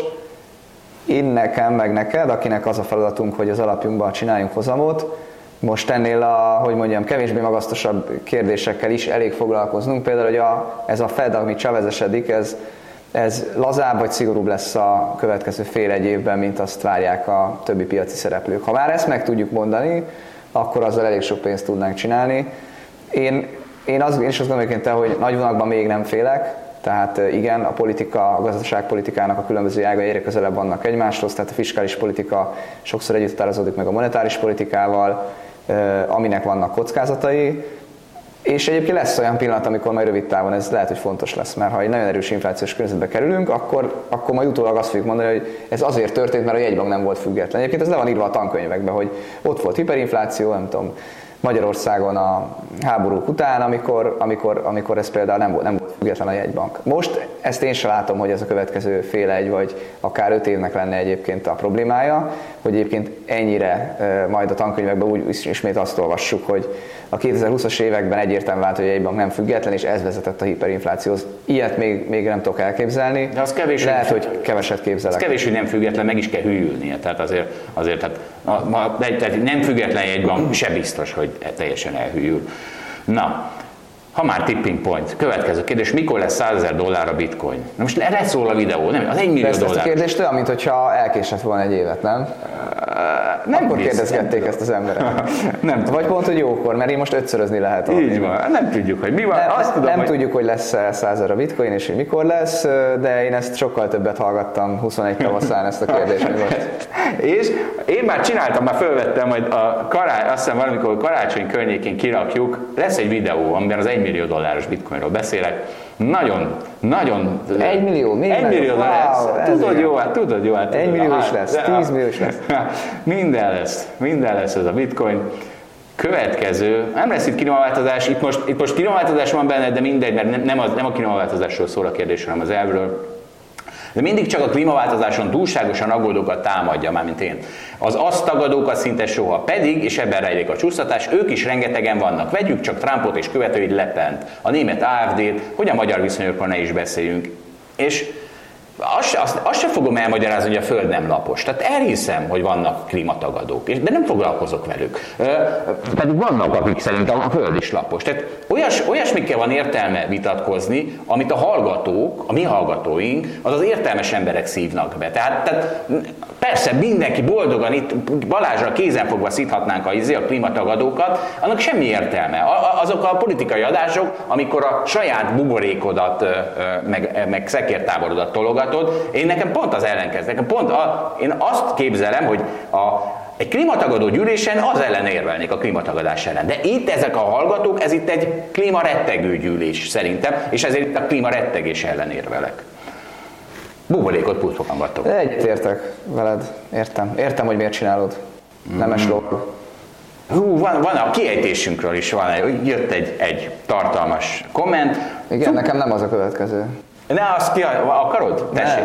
Én nekem, meg neked, akinek az a feladatunk, hogy az alapjunkban csináljunk hozamot, most ennél kevésbé magasztosabb kérdésekkel is elég foglalkoznunk. Például, hogy ez a Fed, ami chávezesedik, ez lazább vagy szigorúbb lesz a következő fél-egy évben, mint azt várják a többi piaci szereplők. Ha már ezt meg tudjuk mondani, akkor azzal elég sok pénzt tudnánk csinálni. Én is azt gondolom, hogy nagy vonalakban még nem félek. Tehát igen, a gazdaságpolitikának a különböző ágai egyre közelebb vannak egymáshoz, tehát a fiskális politika sokszor együtt határozódik meg a monetáris politikával, aminek vannak kockázatai, és egyébként lesz olyan pillanat, amikor majd rövid távon ez lehet, hogy fontos lesz, mert ha egy nagyon erős inflációs környezetbe kerülünk, akkor majd utólag azt fogjuk mondani, hogy ez azért történt, mert a jegybank nem volt független. Egyébként ez le van írva a tankönyvekben, hogy ott volt hiperinfláció, nem tudom, Magyarországon a háborúk után, amikor ez például nem volt független a jegybank. Most ezt én sem látom, hogy ez a következő fél-egy vagy akár 5 évnek lenne egyébként a problémája, hogy egyébként ennyire majd a tankönyvekben úgy ismét azt olvassuk, hogy a 2020-as években egyértelműen vált, hogy a jegybank nem független, és ez vezetett a hiperinflációhoz. Ilyet még nem tudok elképzelni. De az kevés, lehet, hogy keveset képzelek. Az kevés, hogy nem független, meg is kell hűlnie. Tehát azért nem független jegybank se biztos, hogy teljesen elhűl. Na, ha már tipping point, következő kérdés, mikor lesz $100,000 a bitcoin? Na most erre szól a videó, nem? Az $1 millió. Ezt a kérdést olyan, mintha elkésett volna egy évet, nem? Nem akkor kérdezgették ezt az emberek. Nem. Vagy pont, hogy jókor, mert én most 5-szörözni lehet. Így van, nem tudjuk, hogy mi van. Nem tudjuk, hogy lesz $100,000 a bitcoin, és hogy mikor lesz, de én ezt sokkal többet hallgattam 21 tavaszán ezt a kérdést. És én már csináltam, már fölvettem, hogy azt hiszem valamikor karácsony környékén kirakjuk, lesz egy videó, amiben az $1 millió bitcoinról beszélek. Nagyon. 1 millió? Még 1 millió lesz. Tudod jó. 1 millió is lesz, 10 millió is lesz. Minden lesz ez a bitcoin. Következő, nem lesz itt klímaváltozás, itt most klímaváltozás van benne, de mindegy, mert nem a klímaváltozásról szól a kérdés, hanem az elvről. De mindig csak a klímaváltozáson túlságosan aggódókat támadja, mármint én. Az azt tagadókat szinte soha. Pedig, és ebben rejlik a csúsztatás, ők is rengetegen vannak. Vegyük csak Trumpot és követőit, Le Pent, a német AfD-t, hogy a magyar viszonyokról ne is beszéljünk. És azt sem fogom elmagyarázni, hogy a Föld nem lapos. Tehát elhiszem, hogy vannak klímatagadók, de nem foglalkozok velük. Pedig vannak, akik szerint a Föld is lapos. Tehát olyasmikkel van értelme vitatkozni, amit a hallgatók, a mi hallgatóink, az értelmes emberek szívnak be. Tehát persze mindenki boldogan itt Balázsra kézenfogva szíthatnánk a klímatagadókat, annak semmi értelme. Azok a politikai adások, amikor a saját buborékodat, meg szekértáborodat tologatod, én nekem pont az ellenkező. Én azt képzelem, hogy egy klímatagadó gyűlésen az ellen érvelnék a klímatagadás ellen. De itt ezek a hallgatók, ez itt egy klímarettegő gyűlés szerintem, és ezért itt a klímarettegés ellen érvelek. Buborékot puszpokangattok. Egyetértek veled, értem, hogy miért csinálod. Nemes ló. Van a kiejtésünkről is jött egy tartalmas komment. Igen, nekem nem az a következő. Ne, azt akarod? Tessék.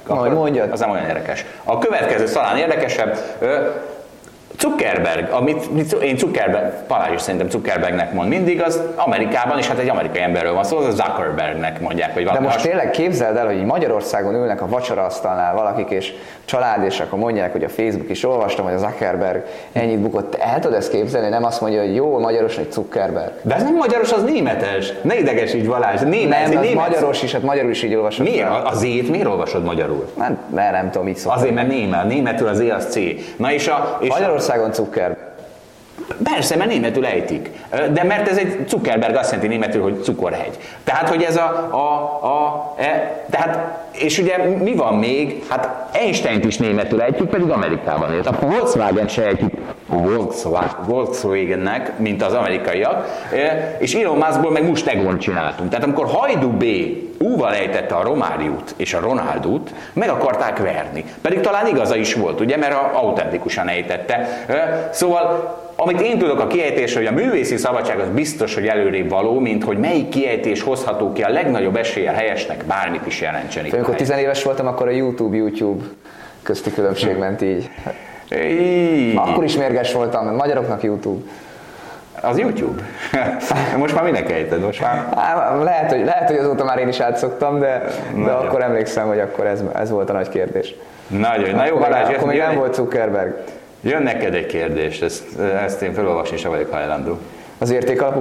az nem olyan érdekes. A következő talán érdekesebb, Zuckerberg, Balázs is szerintem Zuckerbergnek mond mindig, az Amerikában, és hát egy amerikai emberről van szó, az a Zuckerbergnek mondják, vagy valami. De most tényleg képzeld el, hogy Magyarországon ülnek a vacsoraasztalnál valakik, és család, és akkor mondják, hogy a Facebook is olvastam, hogy a Zuckerberg ennyit bukott. El tudod ezt képzelni? Nem azt mondja, hogy jó, magyaros, hogy Zuckerberg. De ez nem magyaros, az németes. Ne idegesíts, Balázs. Nem, az magyaros is, hát magyarul is így olvasod. Miért? Az Z-t miért olvasod magyarul? Nem tudom, így szoktam. Azért, mert németül az E az C. Na és Magyarországon Zuckerberg. Persze, mert németül ejtik. De mert ez egy Zuckerberg azt jelenti németül, hogy cukorhegy. Tehát, hogy ez tehát, és ugye mi van még? Hát Einsteint is németül ejtjük, pedig Amerikában élt. Akkor Volkswagen se ejtjük Volkswagennek, mint az amerikaiak, és Elon Muskból meg Mustegon csináltunk. Tehát amikor Hajdú B. U-val ejtette a Romáriút és a Ronaldút, meg akarták verni. Pedig talán igaza is volt, ugye, mert autentikusan ejtette. Szóval amit én tudok a kiejtésről, hogy a művészi szabadság az biztos, hogy előrébb való, mint hogy melyik kiejtés hozható ki a legnagyobb eséllyel helyesnek, bármit is jelentsen itt. Amikor 10 éves voltam, akkor a YouTube közti különbség ment így. Akkor is mérges voltam, mert magyaroknak YouTube. Az YouTube? Most már minek ejted? Most már... Lehet, hogy azóta már én is átszoktam, de akkor emlékszem, hogy akkor ez volt a nagy kérdés. Nagyon. Na jó, Balázs, akkor még nem volt Zuckerberg. Jön neked egy kérdés, ezt én felolvasni sem vagyok hajlandó. Az értékalapú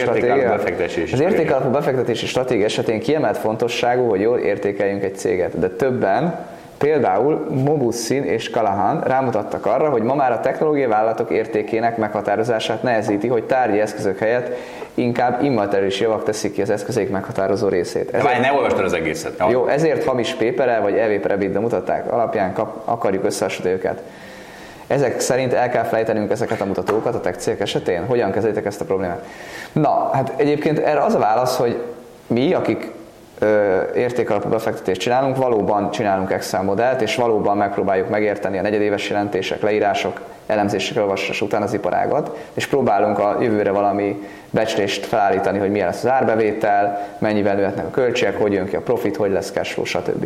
befektetési stratégia esetén kiemelt fontosságú, hogy jól értékeljünk egy céget, de többen, például Mobussin és Callahan rámutattak arra, hogy ma már a technológiai vállalatok értékének meghatározását nehezíti, hogy tárgyi eszközök helyett inkább immateriális javak teszik ki az eszközeik meghatározó részét. Ezért... Ne olvastad az egészet. Jó, ezért hamis PayPal vagy EV EBITDA mutatták alapján akarjuk összehasonlítani őket. Ezek szerint el kell felejtenünk ezeket a mutatókat a tech cégek esetén? Hogyan kezeljétek ezt a problémát? Na, hát egyébként erre az a válasz, hogy mi, akik értékalapú befektetést csinálunk, valóban csinálunk Excel modellt, és valóban megpróbáljuk megérteni a negyedéves jelentések, leírások, elemzések olvasása után az iparágat, és próbálunk a jövőre valami becslést felállítani, hogy milyen lesz az árbevétel, mennyivel nőhetnek a költségek, hogy jön ki a profit, hogy lesz cash flow, stb.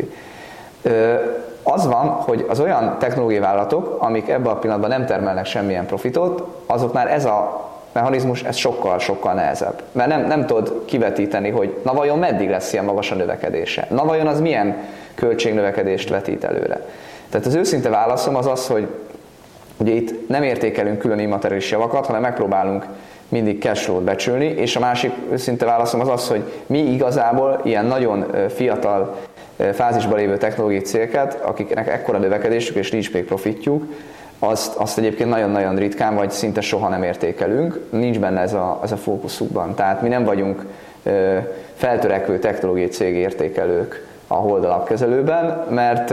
Az van, hogy az olyan technológiai vállalatok, amik ebben a pillanatban nem termelnek semmilyen profitot, azoknál ez a mechanizmus, ez sokkal nehezebb. Mert nem tudod kivetíteni, hogy na vajon meddig lesz ilyen magas a növekedése? Na vajon az milyen költségnövekedést vetít előre? Tehát az őszinte válaszom az az, hogy ugye itt nem értékelünk külön immateriális javakat, hanem megpróbálunk mindig cash flow-t becsülni, és a másik őszinte válaszom az az, hogy mi igazából ilyen nagyon fiatal fázisban lévő technológiai cégeket, akiknek ekkora növekedésük és nincs még profitjuk, azt egyébként nagyon-nagyon ritkán, vagy szinte soha nem értékelünk, nincs benne ez a fókuszukban. Tehát mi nem vagyunk feltörekvő technológiai cég értékelők a Hold alapkezelőben,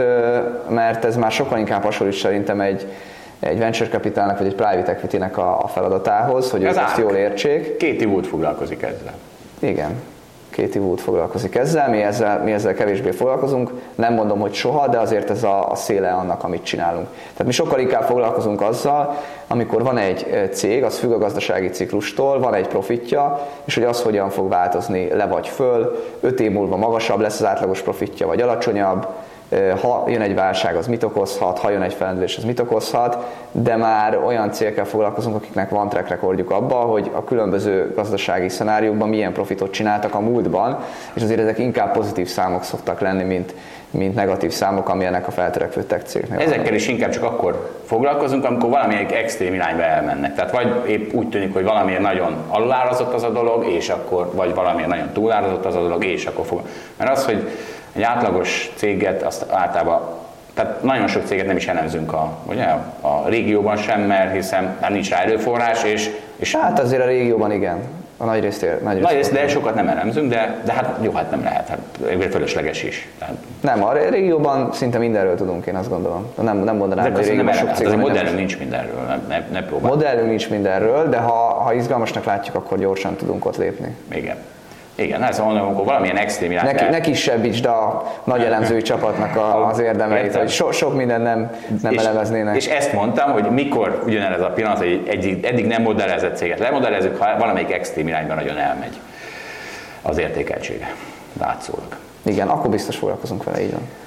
mert ez már sokkal inkább hasonlít szerintem egy venture capitalnak vagy egy private equity-nek a feladatához, hogy ők azt jól értsék. Katie Wood foglalkozik ezzel. Igen. Katie Wood foglalkozik ezzel, mi ezzel kevésbé foglalkozunk, nem mondom, hogy soha, de azért ez a széle annak, amit csinálunk. Tehát mi sokkal inkább foglalkozunk azzal, amikor van egy cég, az függ a gazdasági ciklustól, van egy profitja, és hogy az hogyan fog változni le vagy föl, 5 év múlva magasabb lesz az átlagos profitja, vagy alacsonyabb, ha jön egy válság, az mit okozhat, ha jön egy felendülés, az mit okozhat, de már olyan cégekkel foglalkozunk, akiknek van track recordjuk abba, hogy a különböző gazdasági szenáriókban milyen profitot csináltak a múltban, és azért ezek inkább pozitív számok szoktak lenni, mint negatív számok, amilyenek a feltörekvő tech cégnél. Ezekkel is inkább csak akkor foglalkozunk, amikor valamilyen extrém irányba elmennek. Tehát vagy épp úgy tűnik, hogy valamilyen nagyon alulárazott az a dolog, és akkor, vagy valamilyen nagyon túlárazott az a dolog, és akkor fog. Mert az, hogy egy átlagos céget, azt általában, tehát nagyon sok céget nem is elemzünk a régióban sem, mert hiszen nem nincs rá erőforrás, és hát azért a régióban igen. A nagy részt, de sokat nem elemzünk, de hát jó, hát nem lehet, hát fölösleges is. Tehát... Nem, a régióban szinte mindenről tudunk, én azt gondolom. Nem mondanám, hogy régióban sok cég. Modellünk nincs mindenről, ne próbálj. Modellünk nincs mindenről, de ha izgalmasnak látjuk, akkor gyorsan tudunk ott lépni. Igen, ez mondom, amikor valamilyen extrém irány. Ne kisebbítsd a nagy elemzői csapatnak az érdemeit, hogy sok minden nem elemeznének. És ezt mondtam, hogy mikor ugyanez a pillanat, hogy eddig nem modellezett céget lemodellezzük, ha valamelyik extrém irányban nagyon elmegy az értékeltsége. Látszólag. Igen, akkor biztos foglalkozunk vele, így van.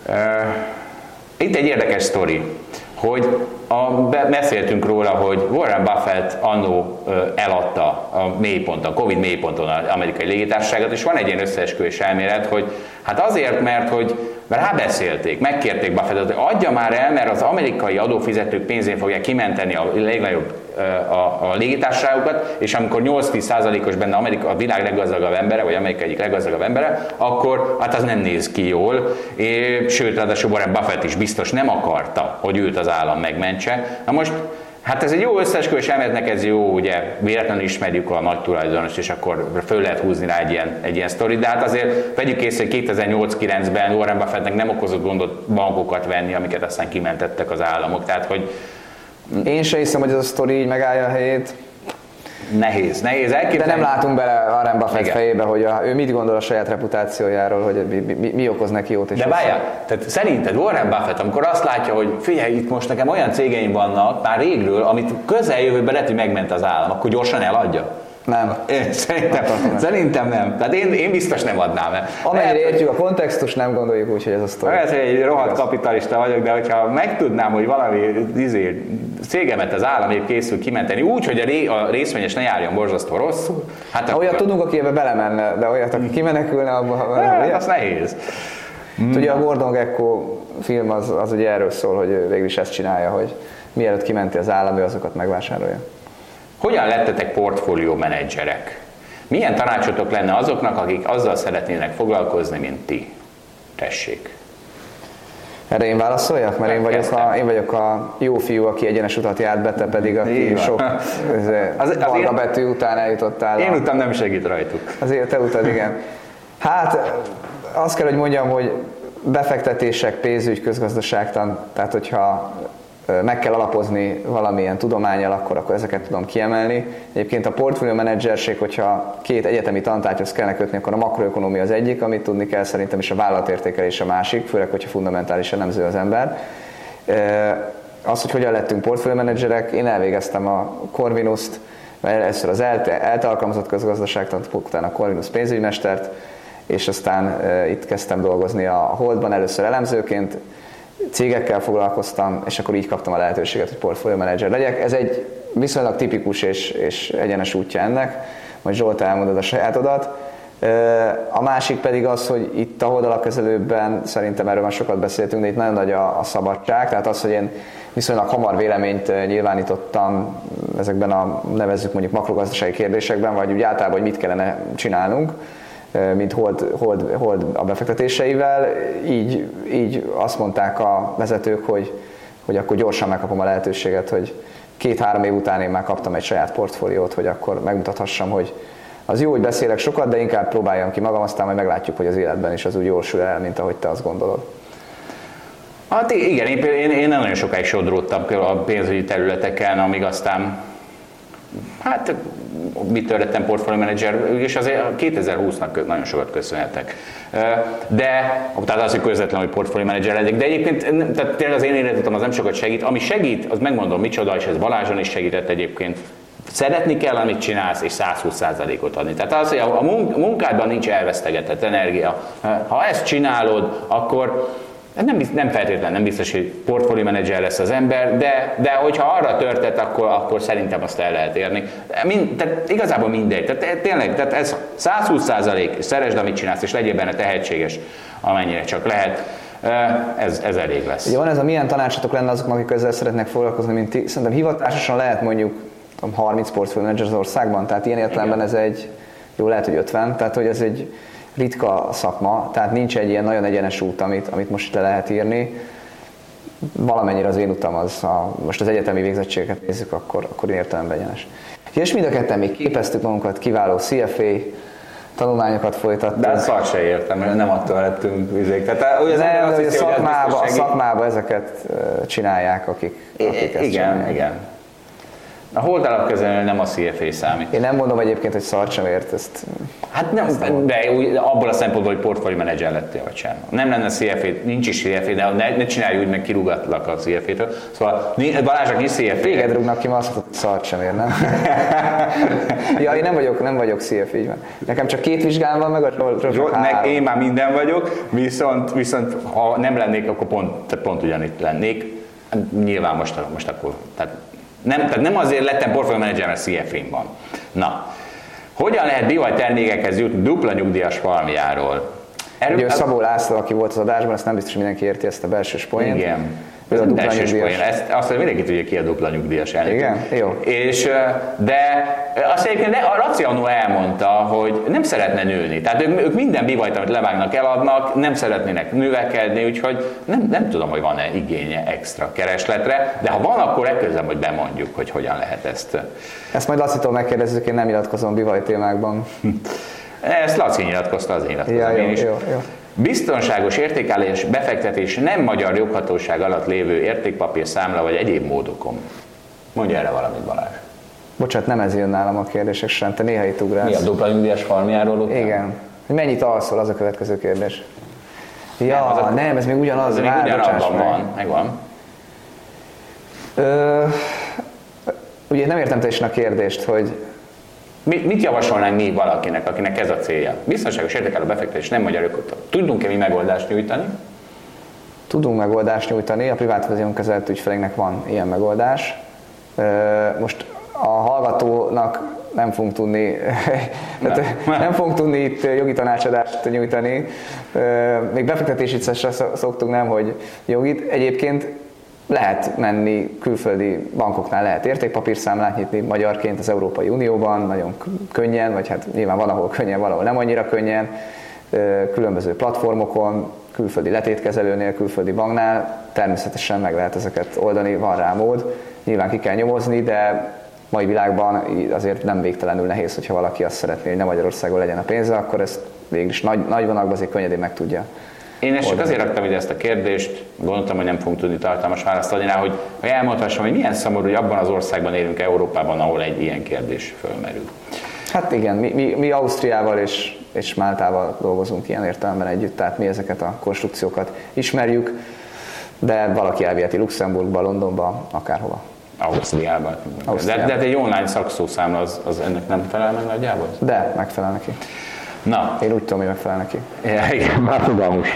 Itt egy érdekes sztori, hogy beszéltünk róla, hogy Warren Buffett annó eladta a mélyponton, Covid mélyponton az amerikai légitársaságot, és van egy ilyen összeesküvés elmélet, hogy hát azért, mert rábeszélték, megkérték Buffettet, hogy adja már el, mert az amerikai adófizetők pénzén fogják kimenteni a legnagyobb a légitársaságokat, és amikor 8-10%-os benne a világ leggazdagabb embere, vagy Amerika egyik leggazdagabb embere, akkor hát az nem néz ki jól, sőt, ráadásul Warren Buffett is biztos nem akarta, hogy őt az állam megmentse. Na most, hát ez egy jó összeesküvés elméletnek, ez jó, ugye véletlenül ismerjük a nagy tulajdonost, és akkor föl lehet húzni rá egy ilyen sztorit, de hát azért vegyük észre, hogy 2008-9-ben Warren Buffettnek nem okozott gondot bankokat venni, amiket aztán kimentettek az államok, tehát hogy én sem hiszem, hogy ez a sztori így megállja a helyét. Nehéz elképzelni. De nem látunk bele Warren Buffett fejébe, hogy ő mit gondol a saját reputációjáról, hogy mi okoz neki jót és de várjál, tehát szerinted Warren Buffett, amikor azt látja, hogy figyelj, itt most nekem olyan cégeim vannak már régről, amit közeljövőben lehet, hogy megment az állam, akkor gyorsan eladja? Nem. Szerintem nem. Tehát én biztos nem adnám el. Amennyire értjük a kontextus, nem gondoljuk úgy, hogy ez a sztori. Lehet, hogy egy rohadt kapitalista vagyok, de hogyha megtudnám, hogy valami cégemet az állam épp készül kimenteni úgy, hogy a részvényes ne járjon borzasztó rosszul. Hát akkor... Olyat tudunk, aki ebbe belemenne, de olyat, aki kimenekülne, az nehéz. Ugye a Gordon Gekko film az ugye erről szól, hogy ő végül is ezt csinálja, hogy mielőtt kimenti az állam, ő azokat megvásárolja. Hogyan lettetek portfólió menedzserek? Milyen tanácsotok lenne azoknak, akik azzal szeretnének foglalkozni, mint ti? Tessék. Erre én válaszoljak? Mert én vagyok a jó fiú, aki egyenes utat járt be, te pedig aki sok valga betű után eljutottál. Én utam nem segít rajtuk. Azért te utad, igen. Hát azt kell, hogy mondjam, hogy befektetések, pénzügy, közgazdaságtan, tehát hogyha meg kell alapozni valamilyen tudománnyal, akkor ezeket tudom kiemelni. Egyébként a portfólió menedzserség, hogyha két egyetemi tantárgyhoz kellene kötni, akkor a makroökonómia az egyik, amit tudni kell szerintem, és a vállalatértékelés a másik, főleg, hogyha fundamentális elemző az ember. Az, hogy hogyan lettünk portfólió menedzserek, én elvégeztem a Corvinust, először az ELTE alkalmazott közgazdaságtant, utána a Corvinus pénzügymestert, és aztán itt kezdtem dolgozni a Holdban, először elemzőként, cégekkel foglalkoztam, és akkor így kaptam a lehetőséget, hogy portfólió menedzser legyek. Ez egy viszonylag tipikus és egyenes útja ennek, majd Zsolt elmondod a sajátodat. A másik pedig az, hogy itt a Hold alapkezelőben, szerintem erről már sokat beszéltünk, de itt nagyon nagy a szabadság, tehát az, hogy én viszonylag hamar véleményt nyilvánítottam ezekben a nevezzük mondjuk makrogazdasági kérdésekben, vagy úgy általában, hogy mit kellene csinálnunk, mint Hold a befektetéseivel, így azt mondták a vezetők, hogy akkor gyorsan megkapom a lehetőséget, hogy 2-3 év után én már kaptam egy saját portfóliót, hogy akkor megmutathassam, hogy az jó, hogy beszélek sokat, de inkább próbáljam ki magam, aztán majd meglátjuk, hogy az életben is az úgy jól sül el, mint ahogy te azt gondolod. Hát igen, én nagyon sokáig sodródtam a pénzügyi területeken, amíg aztán hát mitől lettem portfólió menedzser, és azért 2020-nak nagyon sokat köszönhetek. De, tehát az, hogy közvetlenül, hogy portfólió menedzser legyek, de egyébként tehát tényleg az én életutam az nem sokat segít. Ami segít, az megmondom micsoda, és ez Balázson is segített egyébként. Szeretni kell, amit csinálsz, és 120%-ot adni. Tehát az, hogy a munkádban nincs elvesztegetett energia. Ha ezt csinálod, akkor nem feltétlenül, nem biztos, hogy portfólió menedzser lesz az ember, de hogyha arra törtet, akkor szerintem azt el lehet érni. Tehát igazából mindegy. Tehát tényleg, tehát ez 120%, és szeresd, amit csinálsz, és legyél benne tehetséges, amennyire csak lehet. Ez elég lesz. Ugye van ez a milyen tanácsatok lenne azoknak, akik ezzel szeretnek foglalkozni, mint ti. Szerintem hivatásosan lehet mondjuk 30 portfólió menedzser az országban, tehát ilyen értelemben ez egy, jó lehet, hogy 50, tehát hogy ez egy ritka szakma, tehát nincs egy ilyen nagyon egyenes út, amit most le lehet írni. Valamennyire az én utam most az egyetemi végzettségeket nézzük, akkor értelemben egyenes. És mind a ketten még képeztük magunkat, kiváló CFA tanulmányokat folytattunk. De szart se értem, mert nem attól lettünk vizék. Tehát a szakmába ezeket csinálják, akik ezt igen, csinálják. Igen. A hold alapkezelőnél nem a CFA számít. Én nem mondom egyébként, hogy szart sem ért ezt. Hát nem, de abból a szempontból, hogy portfólió menedzser lettél, vagy sem. Nem lenne CFA, nincs is CFA, de ne csinálj úgy, meg kirúgatlak a CFA-től. Szóval Balázsnak is CFA. Téged rúgnak ki, mert azt mondod, hogy szart sem ér, nem? Ja, én nem vagyok CFA, így van. Nekem csak 2 vizsgám van, meg a én már minden vagyok, viszont ha nem lennék, akkor pont ugyanitt lennék. Nyilván most akkor. Tehát nem azért lettem portfólió menedzser, mert CFA-n van. Na, hogyan lehet BYD termékekhez jutni dupla nyugdíjas falmiáról? Ugye Szabó László, aki volt az adásban, ezt nem biztos, hogy mindenki érti ezt a belsős poént. Igen. Ez a dupla nyugdíjas. Azt mindenki tudja, ki a dupla nyugdíjas elnök. Igen? Jó. De azt egyébként a Raciano elmondta, hogy nem szeretne nőni. Tehát ők minden BYD-t, amit levágnak, eladnak, nem szeretnének növekedni, úgyhogy nem tudom, hogy van-e igénye extra keresletre, de ha van, akkor legközelebb, hogy bemondjuk, hogy hogyan lehet ezt. Ezt majd Lacitól megkérdezzük, én nem nyilatkozom BYD témákban. Ezt Laci nyilatkozta, az nyilatkozom én is. Jó. Biztonságos értékelés, befektetés nem magyar joghatóság alatt lévő értékpapír számla vagy egyéb módokon. Mondja erre valamit, Balázs. Bocsánat, nem ez jön nálam a kérdések sem, te néha itt ugrálsz. Mi a dupla nyugdíjas falmiáról után? Igen. Hogy mennyit alszol, az a következő kérdés. Ja, nem, ez még ugyanaz. Ez még ugyanabban van, megvan. Ugye nem értem teljesen a kérdést, hogy mit javasolnánk mi valakinek, akinek ez a célja? Biztonságos értékelő befektetés nem magyar joghatóság. Tudunk-e mi megoldást nyújtani? Tudunk megoldást nyújtani, a privát kezelt ügyfeleinknek van ilyen megoldás. Most a hallgatónak nem fogunk tudni itt jogi tanácsadást nyújtani. Még befektetési sem szoktunk, nem, hogy jogit. Egyébként lehet menni külföldi bankoknál, lehet értékpapírszámlát nyitni magyarként az Európai Unióban, nagyon könnyen, vagy hát nyilván van, ahol könnyen, valahol nem annyira könnyen, különböző platformokon, külföldi letétkezelőnél, külföldi banknál, természetesen meg lehet ezeket oldani, van rá mód, nyilván ki kell nyomozni, de mai világban azért nem végtelenül nehéz, hogyha valaki azt szeretné, hogy nem Magyarországon legyen a pénze, akkor ezt végülis nagy vonalakban azért könnyedén meg tudja. Én ezt csak azért raktam ide ezt a kérdést, gondoltam, hogy nem fogunk tudni tartalmas választ adni rá, hogy elmondhassam, hogy milyen szomorú, hogy abban az országban élünk Európában, ahol egy ilyen kérdés fölmerül. Hát igen, mi Ausztriával és Máltával dolgozunk ilyen értelemben együtt, tehát mi ezeket a konstrukciókat ismerjük, de valaki elviheti Luxemburgba, Londonba, akárhova. Ausztriában. De egy online szakszószámla az ennek nem felel meg nagyjából? De, megfelel neki. Na. Én úgy tudom, hogy megfelel neki. Igen, már fogalmus.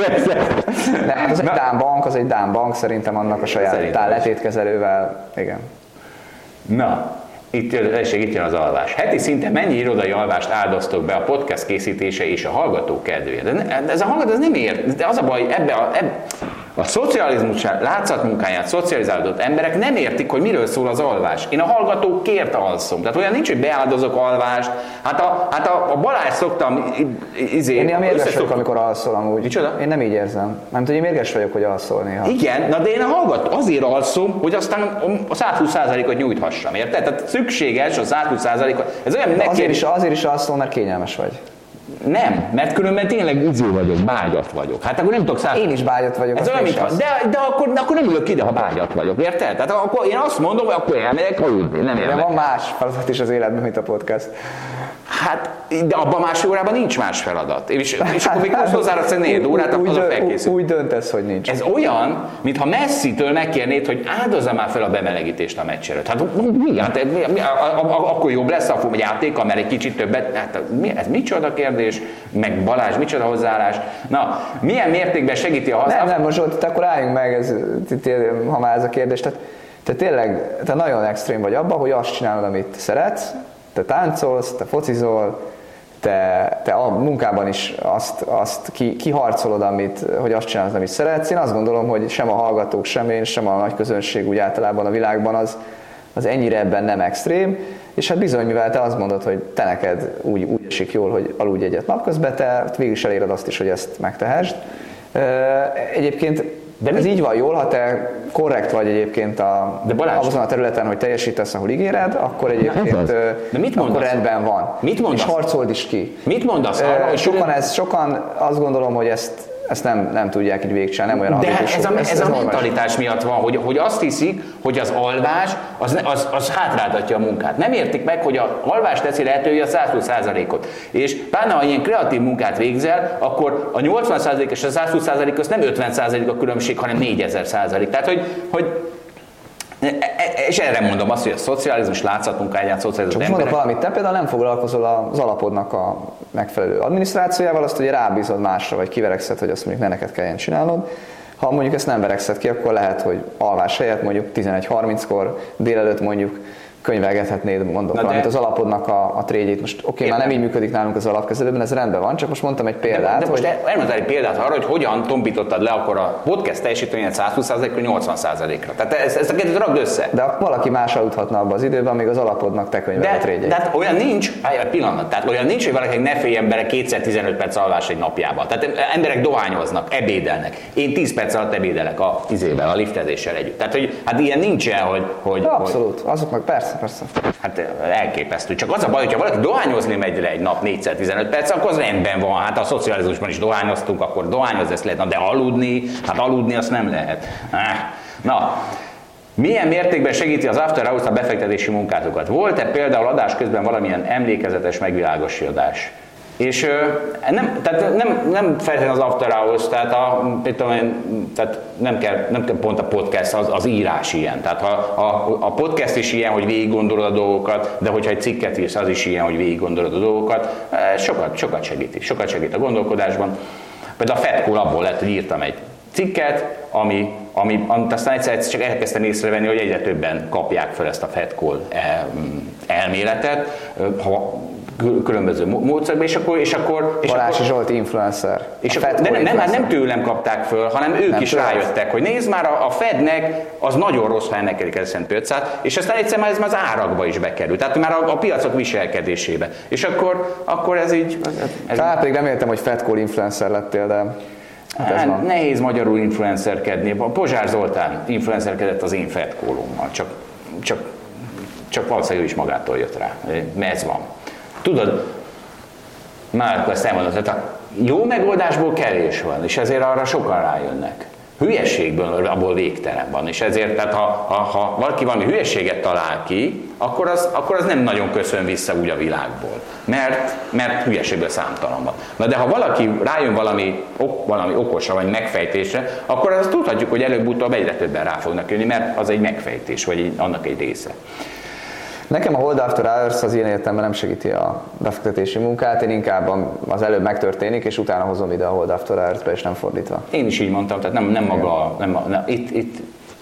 Hát az egy Dán bank, szerintem annak a saját letétkezelővel, igen. Na, itt jön az alvás. Heti szinten mennyi irodai alvást áldoztok be a podcast készítése és a hallgatók kedvéért? De ez a hallgató ez nem ért. De az a baj, a szocializmus látszatmunkáját szocializálódott emberek nem értik, hogy miről szól az alvás. Én a hallgatókért alszom. Tehát olyan nincs, hogy beáldozok alvást. Hát a Balázs szoktam Én nem mérges vagyok, amikor alszol amúgy. Micsoda? Én nem így érzem. Nem tudom, hogy mérges vagyok, hogy alszol néha. Igen, de én a hallgató azért alszom, hogy aztán a 120%-ot nyújthassam, érted? Tehát szükséges a 120%-ot. Ez olyan, azért is alszol, mert kényelmes vagy. Nem, mert különben tényleg vagyok, bágyat vagyok. Hát akkor nem tudok Én is bágyat vagyok. Ez olyan, de akkor nem ülök ide, ha bágyat vagyok, érted? Tehát akkor én azt mondom, hogy akkor elmegyek aludni, nem érdekel. De van más feladat is az életben, mint a podcast. Hát, de abban másfél órában nincs más feladat. És akkor még hozzáradsz egy 4 órát, akkor felkészül. Úgy döntesz, hogy nincs. Ez olyan, mintha Messitől megkérnéd, hogy áldozza már fel a bemelegítést a meccs előtt. Hát akkor jobb lesz a játéka, mert egy kicsit többet. Hát, ez micsoda kérdés, meg Balázs, micsoda hozzáállás. Na, milyen mértékben segíti a használ? Nem, most ott akkor álljunk meg, ha már ez a kérdés. Te tényleg nagyon extrém vagy abban, hogy azt csinálod, amit szeretsz, te táncolsz, te focizol, te a munkában is azt kiharcolod, hogy azt csinálod, amit szeretsz. Én azt gondolom, hogy sem a hallgatók, sem én, sem a nagy közönség úgy általában a világban az ennyire ebben nem extrém, és hát bizony, mivel te azt mondod, hogy te neked úgy esik jól, hogy aludj egyet napközben, te végül is eléred azt is, hogy ezt megtehessd. Egyébként ez így van jól, ha te korrekt vagy egyébként azon a területen, hogy teljesítesz, ahol ígéred, akkor egyébként akkor rendben van. Mit mondasz? És harcold is ki. Mit mondasz arra, hogy sokan azt gondolom, hogy ezt nem tudják így végigcsinálni, nem olyan de habitusok. ez a mentalitás miatt van, hogy azt hiszik, hogy az alvás az hátráltatja a munkát. Nem értik meg, hogy a alvás teszi lehetővé a 120%-ot. És pláne, ha ilyen kreatív munkát végzel, akkor a 80% és a 120% az nem 50% a különbség, hanem 4000%. Tehát, és erre mondom azt, hogy a szocializmus látszatmunkáját szocializált emberek... Csak mondok valamit, te például nem foglalkozol az alapodnak a megfelelő adminisztrációjával, azt ugye rábízod másra, vagy kiverekszed, hogy azt mondjuk ne neked kelljen csinálnod. Ha mondjuk ezt nem verekszed ki, akkor lehet, hogy alvás helyett mondjuk 11:30-kor délelőtt mondjuk könyvelgethetnéd, mondok valamit, az alapodnak a trédjét. Most már nem így működik nálunk az alapkezelőben, ez rendben van, csak most mondtam egy példát. De most elmondtál egy példát arra, hogy hogyan tompítottad le akkor a podcast teljesítményet 120%-ról 80%-ra. Tehát ezt a kettőt rakd össze. De valaki más aludhatna abban az időben, amíg az alapodnak te könyvelget trédjét. De olyan nincs, tehát olyan nincs, hogy valaki ne féljen bele 2x15 perc alvás egy napjában. Tehát emberek dohányoznak, ebédelnek. Én 10 perc alatt ebédelek a liftezéssel együtt. Tehát, hogy hát ilyen nincsen, hogy abszolút, azok meg persze. Hát elképesztő. Csak az a baj, hogyha valaki dohányozni megy le egy nap 4x15 perc, akkor az rendben van. Hát a szocializmusban is dohányoztunk, akkor dohányozni ezt lehet. De aludni azt nem lehet. Na, milyen mértékben segíti az After Hours a befektetési munkátokat? Volt-e például adás közben valamilyen emlékezetes megvilágosodás? És nem feltétlenül az After Hours, tehát nem kell pont a podcast, az írás ilyen. Tehát a podcast is ilyen, hogy végig gondolod a dolgokat, de hogyha egy cikket írsz, az is ilyen, hogy végig gondolod a dolgokat. Sokat segít a gondolkodásban. Például a Fedcall abból lett, hogy írtam egy cikket, amit aztán egyszer csak elkezdtem észrevenni, hogy egyre többen kapják fel ezt a Fedcall elméletet, különböző módszerben, és akkor Balási Zsolt influencer. Nem tőlem kapták föl, hanem ők is rájöttek, hogy nézd már, a Fednek az nagyon rossz, ha ennek el Szent 500, és aztán egyszer már ez az árakba is bekerült, tehát már a piacok viselkedésébe. És akkor ez így... Tehát még reméltem, hogy Fedcall influencer lettél, de... Nehéz magyarul influencerkedni. Pozsár Zoltán influencerkedett az én Fedcallommal, csak valószínűleg ő is magától jött rá. Ez van. Tudod, már akkor ezt elmondom, tehát a jó megoldásból kevés van, és ezért arra sokan rájönnek. Hülyességből abból végtelen van, és ezért, tehát ha valaki valami hülyeséget talál ki, akkor az nem nagyon köszön vissza úgy a világból, mert hülyeségből számtalan van. Na de ha valaki rájön valami okosra, vagy megfejtésre, akkor azt tudhatjuk, hogy előbb-utóbb egyre többen rá fognak jönni, mert az egy megfejtés, vagy annak egy része. Nekem a Hold After Hours az ilyen értelemben nem segíti a befektetési munkát, én inkább az előbb megtörténik, és utána hozom ide a Hold After Hours-be, és nem fordítva. Én is így mondtam, tehát nem maga, itt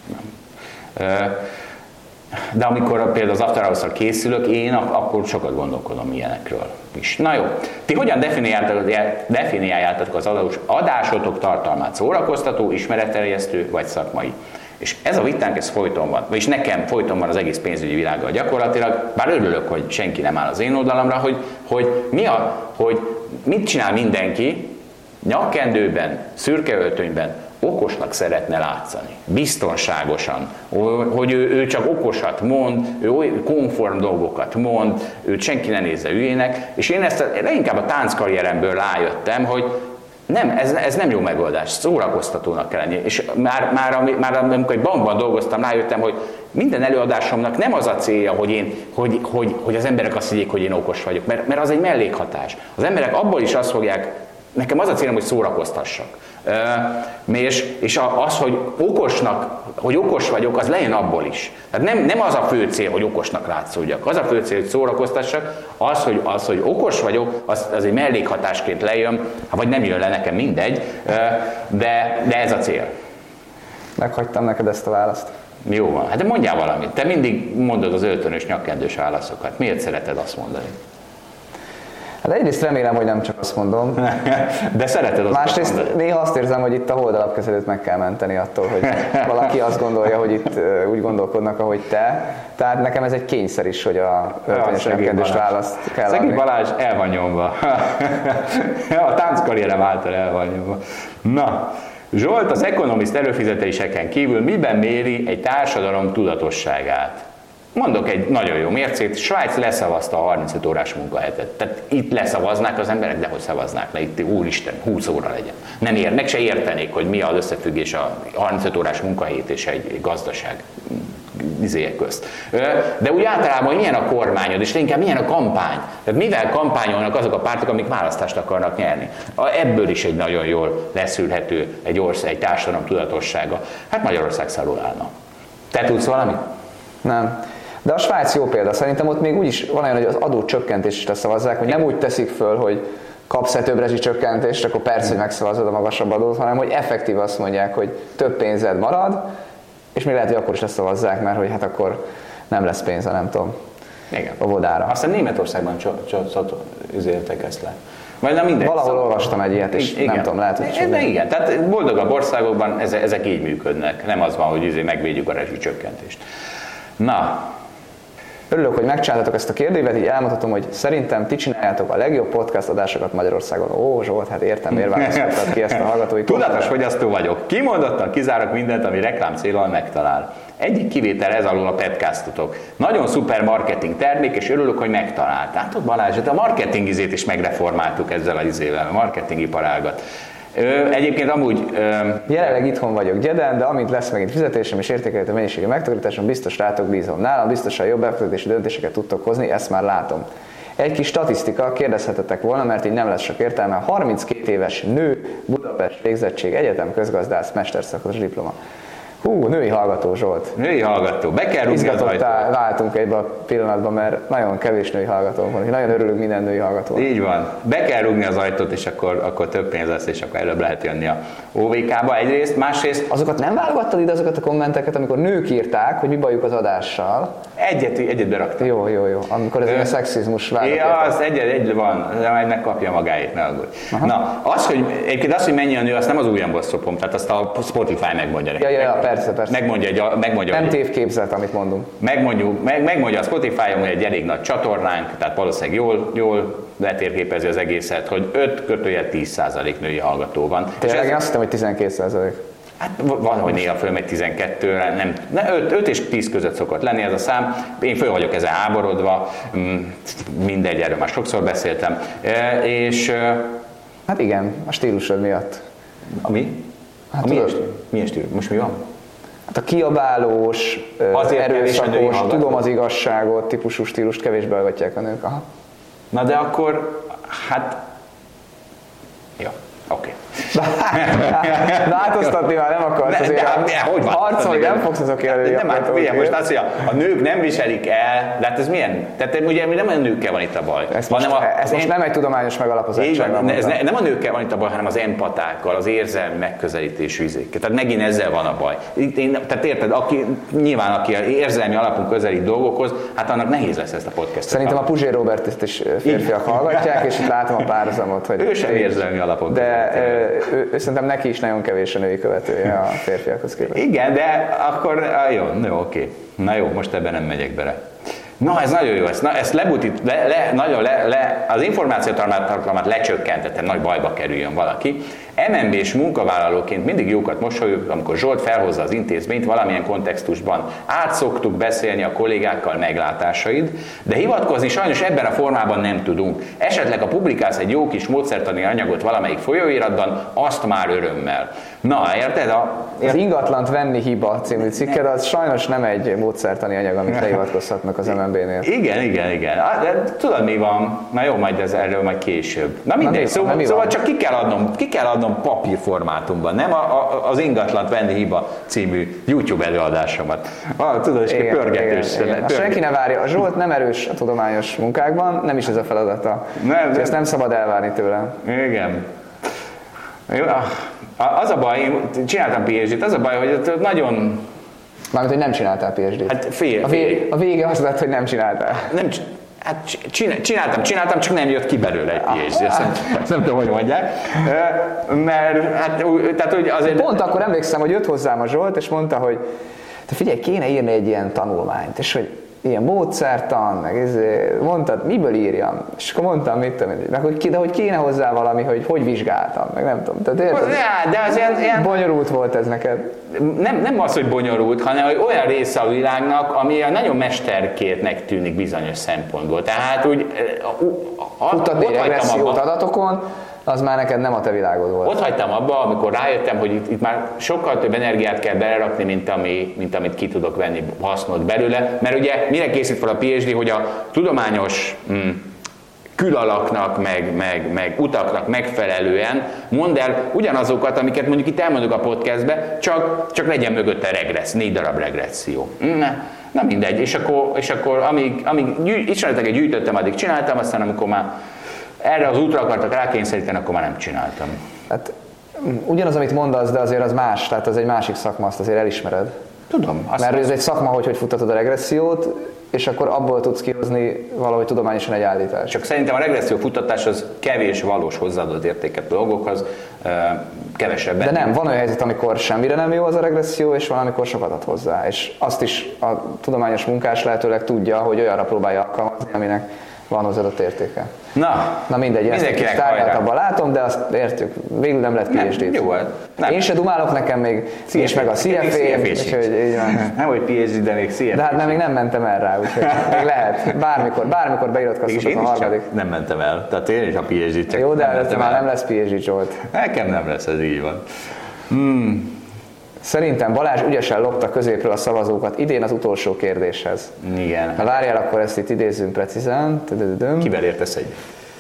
nem. De amikor például az After Hours-ra készülök, én akkor sokat gondolkodom ilyenekről is. Na jó, ti hogyan definiáljátok az adásotok tartalmát? Szórakoztató, ismeretterjesztő vagy szakmai? És ez a vitánk, ez folyton van, vagyis nekem folyton van az egész pénzügyi világgal gyakorlatilag, bár örülök, hogy senki nem áll az én oldalamra, hogy mit csinál mindenki nyakkendőben, szürke öltönyben, okosnak szeretne látszani, biztonságosan, hogy ő csak okosat mond, ő konform dolgokat mond, őt senki ne nézze hülyének, és én ezt leginkább a tánckarrieremből rájöttem, hogy nem, ez nem jó megoldás, szórakoztatónak kell lenni. És már amikor egy bankban dolgoztam, rájöttem, hogy minden előadásomnak nem az a célja, hogy az emberek azt higgyék, hogy én okos vagyok, mert az egy mellékhatás. Az emberek abból is azt fogják, nekem az a célom, hogy szórakoztassak. És az, hogy okos vagyok, az legyen abból is. Tehát nem az a fő cél, hogy okosnak látszódjak. Az a fő cél, hogy szórakoztassak, az, hogy okos vagyok, az egy mellékhatásként lejön, vagy nem jön le, nekem mindegy, de ez a cél. Meghagytam neked ezt a választ. Jó van, hát de mondjál valamit. Te mindig mondod az öltönös, nyakkendős válaszokat. Miért szereted azt mondani? Hát egyrészt remélem, hogy nem csak azt mondom. De szereted azt másrészt mondani. Néha azt érzem, hogy itt a Hold alapkezelőt meg kell menteni attól, hogy valaki azt gondolja, hogy itt úgy gondolkodnak, ahogy te. Tehát nekem ez egy kényszer is, hogy a öltönyös nyakkendős választ kell adni. Szegény Balázs el van nyomva. A tánckarrierem által el van nyomva. Na, Zsolt az Economist előfizetéseken kívül miben méri egy társadalom tudatosságát? Mondok egy nagyon jó mércét, Svájc leszavazta a 35 órás munkahetet. Tehát itt leszavaznák az emberek, de hogy szavaznák le, itt úristen, 20 óra legyen. Meg se értenék, hogy mi az összefüggés a 35 órás munkahét és egy gazdaság izélyek közt. De úgy általában, hogy milyen a kormányod, és inkább milyen a kampány. Tehát mivel kampányolnak azok a pártok, amik választást akarnak nyerni. Ebből is egy nagyon jól leszűrhető egy társadalom tudatossága. Hát Magyarország szarul állna. Te tudsz valamit? Nem. De a Svájc jó példa. Szerintem ott még úgyis van olyan, hogy az adócsökkentést is leszavazzák, hogy nem úgy teszik föl, hogy kapsz-e több rezsicsökkentést, akkor persze, hogy megszavazod a magasabb adót, hanem hogy effektív azt mondják, hogy több pénzed marad, és még lehet, hogy akkor is leszavazzák, mert hogy hát akkor nem lesz pénze, nem tudom, a vodára. Aztán Németországban üzéltek ezt le. Vagy nem mindegy. Valahol olvastam egy ilyet, és igen. Nem tudom, lehet, hogy de igen, tehát boldogabb országokban ezek így működnek. Nem az van, hogy megvédjük a rezsicsökkentést. Na. Örülök, hogy megcsináltatok ezt a kérdőívet, így elmondhatom, hogy szerintem ti csináljátok a legjobb podcast adásokat Magyarországon. Ó, Zsolt, hát értem, miért választottad ki ezt a hallgatói Tudatos fogyasztó vagyok. Kimondottan kizárok mindent, ami reklám céllal megtalál. Egyik kivétel ez alól a podcastotok. Nagyon szuper marketing termék, és örülök, hogy megtalált. Látod Balázs, a marketing izét is megreformáltuk ezzel az izével, a marketingiparágat. Egyébként amúgy... Jelenleg itthon vagyok Gyeden, de amint lesz megint fizetésem és értékelhető mennyiségi megtakarításom, biztos rátok bízom. Nálam biztosan jobb befektetési döntéseket tudtok hozni, ezt már látom. Egy kis statisztika, kérdezhetetek volna, mert így nem lesz sok értelme. 32 éves nő, Budapest végzettség, egyetem, közgazdász, mesterszakos diploma. Női hallgató, Zsolt. Női hallgató, be kell rúgni az ajtót. Váltunk ebben a pillanatban, mert nagyon kevés női hallgatónk van. Nagyon örülünk minden női hallgatónak. Így van. Be kell rúgni az ajtót, és akkor több pénz lesz, és akkor előbb lehet jönni a OVK-ba egyrészt, másrészt... Azokat nem válogattad ide, azokat a kommenteket, amikor nők írták, hogy mi bajuk az adással? Egyet beraktam. Jó. Amikor ez a szexizmus vágat. Ja, az egy van, de majd megkapja magáét, ne aggódj. Na, egyébként az, hogy mennyi a nő, azt nem az ujjamból szopom, tehát azt a Spotify megmondja. Ja, persze. Megmondja, nem tévképzelt, amit mondunk. Megmondja a Spotify-on, hogy egy elég nagy csatornánk, tehát valószínűleg jól letérképezi az egészet, hogy 5-10% női hallgató van. Tényleg én azt hittem, hogy 12%. Hát van, hogy néha fölmegy 12-re, 5 és 10 között szokott lenni ez a szám. Én föl vagyok ezzel háborodva, mindegy, erről már sokszor beszéltem. És... Hát igen, a stílusod miatt. Mi? Hát milyen stílus? Most mi van? Hát a kiabálós, erőszakos, tudom az igazságot típusú stílust kevésbé hallgatják a nők. Aha. Na de akkor, hát... Jó, oké. Változtatni már nem akarsz, azért harcolni nem fogsz azokért a női akartókért. Most azt, hogy a nők nem viselik el, de hát ez milyen? Tehát ugye nem a nőkkel van itt a baj. Ez most nem egy tudományos megalapozottság. Ez nem a nőkkel van itt a baj, hanem az empatákkal, az érzelmi megközelítésű izékkel. Tehát megint ezzel van a baj. Tehát érted, nyilván aki érzelmi alapon közelít dolgokhoz, hát annak nehéz lesz ezt a podcastot. Szerintem a Puzsér Robertet is férfiak hallgatják, és itt látom a párhuzamot, hogy... Ő sem érzelmi alapon. De szerintem neki is nagyon kevés a női követője a férfiakhoz képest. Igen, de akkor jó, oké. Na jó, most ebben nem megyek bele. Na, ez nagyon jó, ezt lebutít, az információtartalmat lecsökkentettem, nagy bajba kerüljön valaki. MNB-s munkavállalóként mindig jókat mosolyog, amikor Zsolt felhozza az intézményt valamilyen kontextusban. Át szoktuk beszélni a kollégákkal meglátásaid, de hivatkozni sajnos ebben a formában nem tudunk. Esetleg ha publikálsz egy jó kis módszertani anyagot valamelyik folyóiratban, azt már örömmel. Na, érted? Az Ingatlant venni hiba című cikked, az sajnos nem egy módszertani anyag, amit lehivatkozhatnak az MNB-nél. Igen. De tudod mi van? Na jó, majd erről majd később. Na mindegy, szóval csak ki kell adnom papírformátumban, nem az Ingatlant venni hiba című YouTube előadásomat. Tudod, és pörgetős. Senki ne várja, a Zsolt nem erős a tudományos munkákban, nem is ez a feladata. Ezt nem szabad elvárni tőle. Igen. Az a baj, én csináltam PhD-t, az a baj, hogy nagyon... Mármint, hogy nem csináltál PhD-t. Hát a vége az lett, hogy nem csináltál. Hát csináltam, csak nem jött ki belőle egy PhD. Ezt nem tudom, hogy mondják. Mert hát, tehát úgy azért... Pont akkor emlékszem, hogy jött hozzám a Zsolt, és mondta, hogy te figyelj, kéne írni egy ilyen tanulmányt, és hogy ilyen módszertan, meg mondtad, miből írjam? És akkor mondtam, mit tudom, meg hogy kéne hozzá valami, hogy vizsgáltam, meg nem tudom. Tehát érted? De az ilyen bonyolult volt ez neked. Nem az, hogy bonyolult, hanem hogy olyan része a világnak, ami nagyon mesterkértnek tűnik bizonyos szempontból. Tehát úgy kutatni regressziót adatokon, az már neked nem a te világod volt. Ott hagytam abba, amikor rájöttem, hogy itt már sokkal több energiát kell belerakni, mint amit ki tudok venni hasznot belőle. Mert ugye mire készít fel a PhD, hogy a tudományos külalaknak, meg utaknak megfelelően mondd el ugyanazokat, amiket mondjuk itt elmondok a podcastbe, csak legyen mögötte 4 darab regresszió. Na mindegy, és akkor amíg ismereteket gyűjtöttem, addig csináltam, aztán amikor már erre az útra akartak rákényszeríteni, akkor már nem csináltam. Hát ugyanaz, amit mondasz, de azért az más, tehát az egy másik szakma, azt azért elismered. Tudom. Mert ez egy szakma, hogy futtatod a regressziót, és akkor abból tudsz kihozni valahogy tudományosan egy állítást. Csak szerintem a regresszió futtatás az kevés valós hozzáadott értéket dolgokhoz, kevesebben. De nem, van olyan helyzet, amikor semmire nem jó az a regresszió, és van, amikor sokat ad hozzá. És azt is a tudományos munkás lehetőleg tudja, hogy olyanra próbálja alkalmazni, aminek van hozzáadott értéke. Na mindegy, ezt egy kicsit tárgyaltabban látom, de azt értük, végül nem lett PhD-t. Jó, nem. Én se dumálok, nekem még és meg a CFA, úgyhogy így van. Nem, hogy PhD, de még CFA. De hát nem, még nem mentem el rá, úgyhogy még lehet, bármikor beiratkoztatok a harmadik. Nem mentem el, tehát én is a PhD csak. Jó, de előtte már nem lesz PhD, Zsolt. Nekem nem lesz, ez így van. Szerintem Balázs ügyesen lopta középről a szavazókat idén az utolsó kérdéshez. Igen. Na várjál, akkor ezt itt idézzünk precízen. Kivel értesz egyet?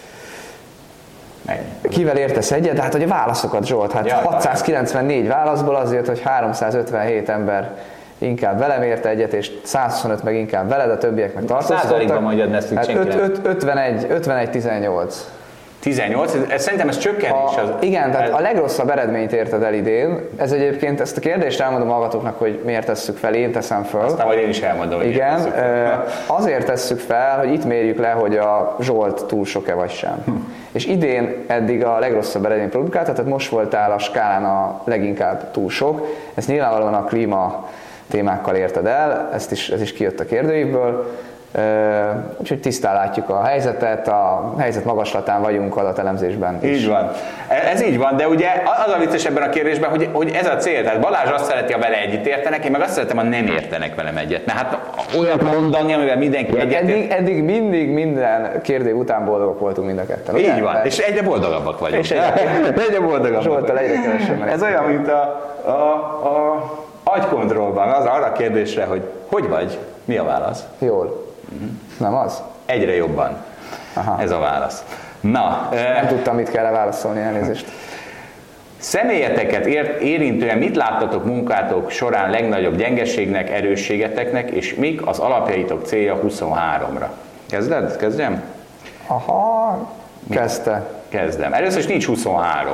Kivel értesz egyet? Hát, hogy a válaszokat, Zsolt. Hát 694 válaszból azért, hogy 357 ember inkább velem érte egyet, és 125 meg inkább veled, a többiek meg tartózkodtak. Százalékban mondjad, ezt hát 51-18. 18, szerintem ez csökkenés. Igen, tehát a legrosszabb eredményt érted el idén. Ez egyébként, ezt a kérdést elmondom hallgatóknak, hogy miért tesszük fel, én teszem föl. Aztán majd én is elmondom, hogy igen, azért tesszük fel, hogy itt mérjük le, hogy a Zsolt túl sok-e vagy sem. És idén eddig a legrosszabb eredményt produkálta, tehát most voltál a skálán a leginkább túl sok. Ezt nyilvánvalóan a klíma témákkal érted el, ez is kijött a kérdőívből. Úgyhogy tisztán látjuk a helyzetet, a helyzet magaslatán vagyunk adatelemzésben is. Így van. Ez így van, de ugye az a vicces ebben a kérdésben, hogy ez a cél, tehát Balázs azt szereti, ha vele együtt értenek, én meg azt szeretem, ha nem értenek velem egyet. Mert hát olyat mondani, amivel mindenki egyet eddig mindig minden kérdő után boldogok voltunk mind a ketten. Így van, és egyre boldogabbak vagyunk. Egyre boldogabbak. Zsolttal egyre kevesebben. Ez olyan, mint a agykontrollban, az arra a kérdésre, hogy vagy, mi a válasz? Jól. Nem az? Egyre jobban. Aha. Ez a válasz. Na, nem tudtam, mit kell válaszolni, elnézést. Személyeteket érintően mit láttatok munkátok során legnagyobb gyengeségnek, erősségeteknek, és mik az alapjaitok célja 23-ra? Kezded? Kezdjem? Aha, kezdte. Kezdem. Először is nincs 23.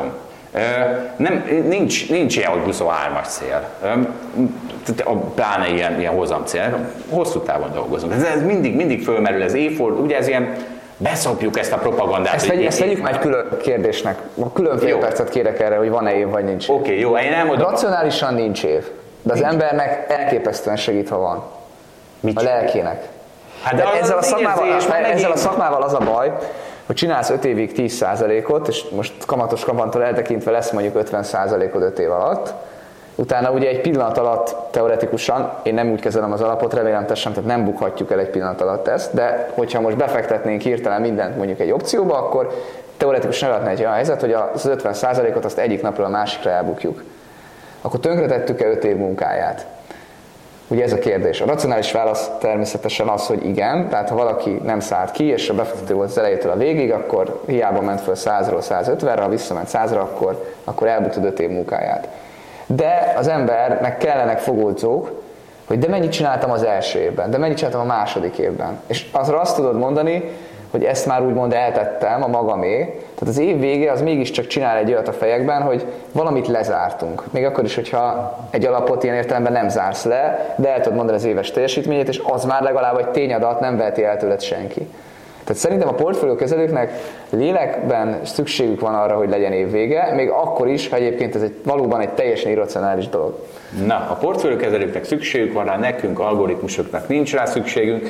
Nincs ilyen, hogy 23-as cél. Pláne ilyen hozamcél. Hosszú távon dolgozunk. Ez mindig fölmerül, ez évfordul, ugye ez ilyen, beszopjuk ezt a propagandát. Ezt vegyük már egy külön kérdésnek. Külön fél percet kérek erre, hogy van-e év, vagy nincs év. Oké, jó, én elmondom. Racionálisan nincs év, de az embernek elképesztően segít, ha van. A lelkének. Hát de ezzel a szakmával az a baj, hogy csinálsz 5 évig 10%-ot, és most kamatos kamattal eltekintve lesz mondjuk 50%-od 5 év alatt, utána ugye egy pillanat alatt teoretikusan, én nem úgy kezelem az alapot, remélem te sem, tehát nem bukhatjuk el egy pillanat alatt ezt, de hogyha most befektetnénk hirtelen mindent mondjuk egy opcióba, akkor teoretikusan lehetne egy olyan helyzet, hogy az 50%-ot azt egyik napról a másikra elbukjuk. Akkor tönkretettük-e 5 év munkáját? Ugye ez a kérdés. A racionális válasz természetesen az, hogy igen, tehát ha valaki nem szállt ki, és a befektető volt az elejétől a végig, akkor hiába ment föl 100-ról 150-re, ha visszament 100-ra, akkor elbuktud 5 év munkáját. De az embernek kellenek fogódzók, hogy de mennyit csináltam az első évben, de mennyit csináltam a második évben. És azra azt tudod mondani, hogy ezt már úgymond eltettem a magamé, tehát az év vége az mégiscsak csinál egy olyat a fejekben, hogy valamit lezártunk. Még akkor is, hogyha egy alapot ilyen értelemben nem zársz le, de el tudod mondani az éves teljesítményét, és az már legalább egy tényadat nem veheti el tőled senki. Tehát szerintem a portfóliókezelőknek lélekben szükségük van arra, hogy legyen évvége, még akkor is, ha egyébként ez valóban egy teljesen irracionális dolog. Na, a portfóliókezelőknek szükségük van rá, nekünk, algoritmusoknak nincs rá szükségünk,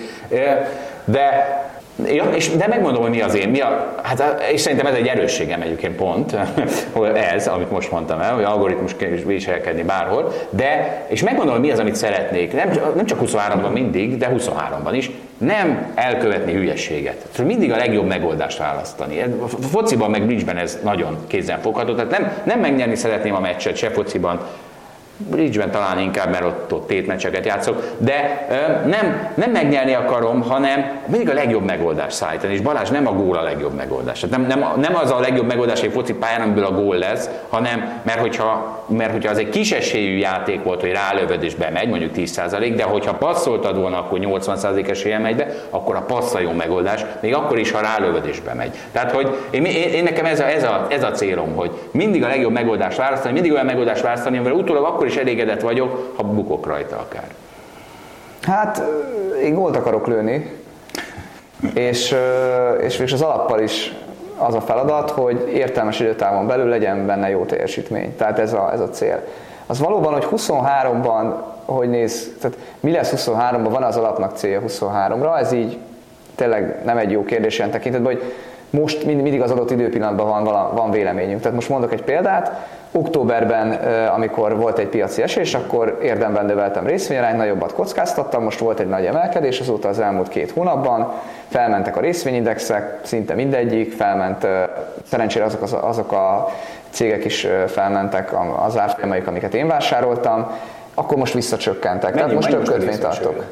de megmondom, hogy mi az én, és szerintem ez egy erősségem egyébként pont, ez, amit most mondtam el, hogy algoritmus kell is viselkedni bárhol, és megmondom, hogy mi az, amit szeretnék, nem csak 23-ban mindig, de 23-ban is, nem elkövetni hülyeséget. Mindig a legjobb megoldást választani. Fociban meg bridge-ben ez nagyon kézzelfogható, tehát nem megnyerni szeretném a meccset, se fociban, bridge-ben talán inkább, mert ott tétmeccseket játszok, de nem megnyerni akarom, hanem mindig a legjobb megoldást szállítani, és Balázs nem a gól a legjobb megoldás. Tehát nem az a legjobb megoldás egy foci pályán, amiből a gól lesz, hanem mert hogyha az egy kis esélyű játék volt, hogy rálövöd és bemegy, mondjuk 10%, de hogyha passzoltad volna, akkor 80% esélye megy be, akkor a passz a jó megoldás, még akkor is, ha rálövöd és bemegy. Tehát, hogy én nekem ez a célom, hogy mindig a legjobb megoldást választani, mindig olyan megoldást választani, amivel utólag akkor is elégedett vagyok, ha bukok rajta akár. Hát, én gólt akarok lőni, és az alappal is az a feladat, hogy értelmes időtávon belül legyen benne jó teljesítmény. Tehát ez a cél. Az valóban, hogy 23-ban, hogy néz, tehát mi lesz 23-ban, van az alapnak célja 23-ra, ez így tényleg nem egy jó kérdés ilyen tekintetben, hogy most mindig az adott időpillanatban van véleményünk. Tehát most mondok egy példát, októberben, amikor volt egy piaci esés, akkor érdemben növeltem részvényarányt, nagyobbat kockáztattam, most volt egy nagy emelkedés, azóta az elmúlt 2 hónapban felmentek a részvényindexek, szinte mindegyik, felment, szerencsére azok a cégek is felmentek az árfolyamaik, amiket én vásároltam, akkor most visszacsökkentek. Tehát most több kötvényt tartok.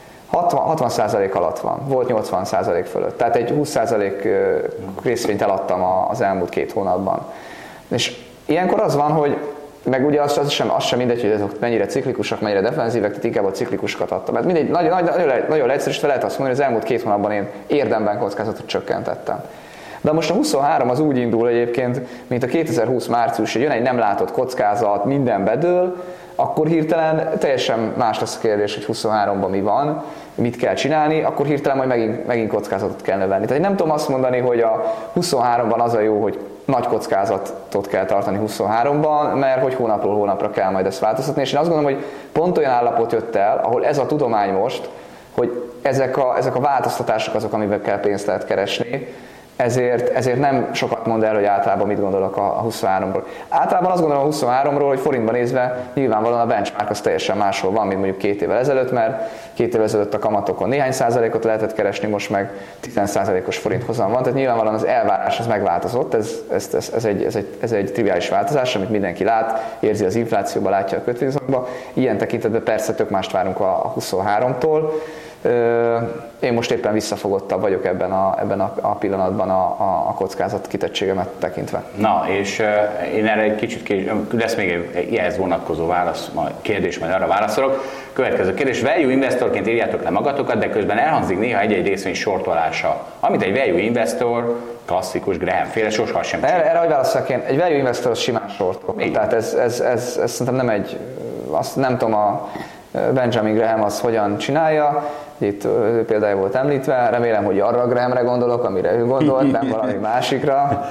60% alatt van, volt 80% fölött. Tehát egy 20% részvényt eladtam az elmúlt 2 hónapban. És ilyenkor az van, hogy meg ugye az sem mindegy, hogy ezek mennyire ciklikusak, mennyire defenzívek, tehát inkább a ciklikusokat adtam. Mert mindegy, nagyon leegyszerűsítve lehet azt mondani, hogy az elmúlt 2 hónapban én érdemben kockázatot csökkentettem. De most a 23 az úgy indul egyébként, mint a 2020 március, hogy jön egy nem látott kockázat, minden bedől, akkor hirtelen teljesen más lesz a kérdés, hogy 23-ban mi van, mit kell csinálni, akkor hirtelen majd megint kockázatot kell növelni. Tehát nem tudom azt mondani, hogy a 23-ban az a jó, hogy nagy kockázatot kell tartani 23-ban, mert hogy hónapról hónapra kell majd ezt változtatni, és én azt gondolom, hogy pont olyan állapot jött el, ahol ez a tudomány most, hogy ezek a változtatások azok, amivel kell pénzt lehet keresni, ezért nem sokat mond el, hogy általában mit gondolok a 23-ról. Általában azt gondolom a 23-ról, hogy forintban nézve nyilvánvalóan a benchmark az teljesen máshol van, mint mondjuk 2 évvel ezelőtt, mert 2 évvel ezelőtt a kamatokon néhány százalékot lehetett keresni, most meg 10%-os forint hozam van, tehát nyilvánvalóan az elvárás az megváltozott, ez egy triviális változás, amit mindenki lát, érzi az inflációban, látja a kötvényzakban. Ilyen tekintetben persze tök mást várunk a 23-tól. Én most éppen visszafogottabb vagyok ebben a pillanatban a kockázat kitettségemet tekintve. Na, és én erre egy kicsit lesz még egy ehhez vonatkozó kérdés, majd arra válaszolok. Következő kérdés, value investorként írjátok le magatokat, de közben elhangzik néha egy részvény sortolása, amit egy value investor, klasszikus Graham féle sosem csinál. Erre hogy válaszoljak én? Egy value investor az simán sortol. Tehát ez szerintem nem azt nem tudom a Benjamin Graham az hogyan csinálja, itt például volt említve, remélem, hogy arra a Grahamre gondolok, amire ő gondolt, nem valami másikra.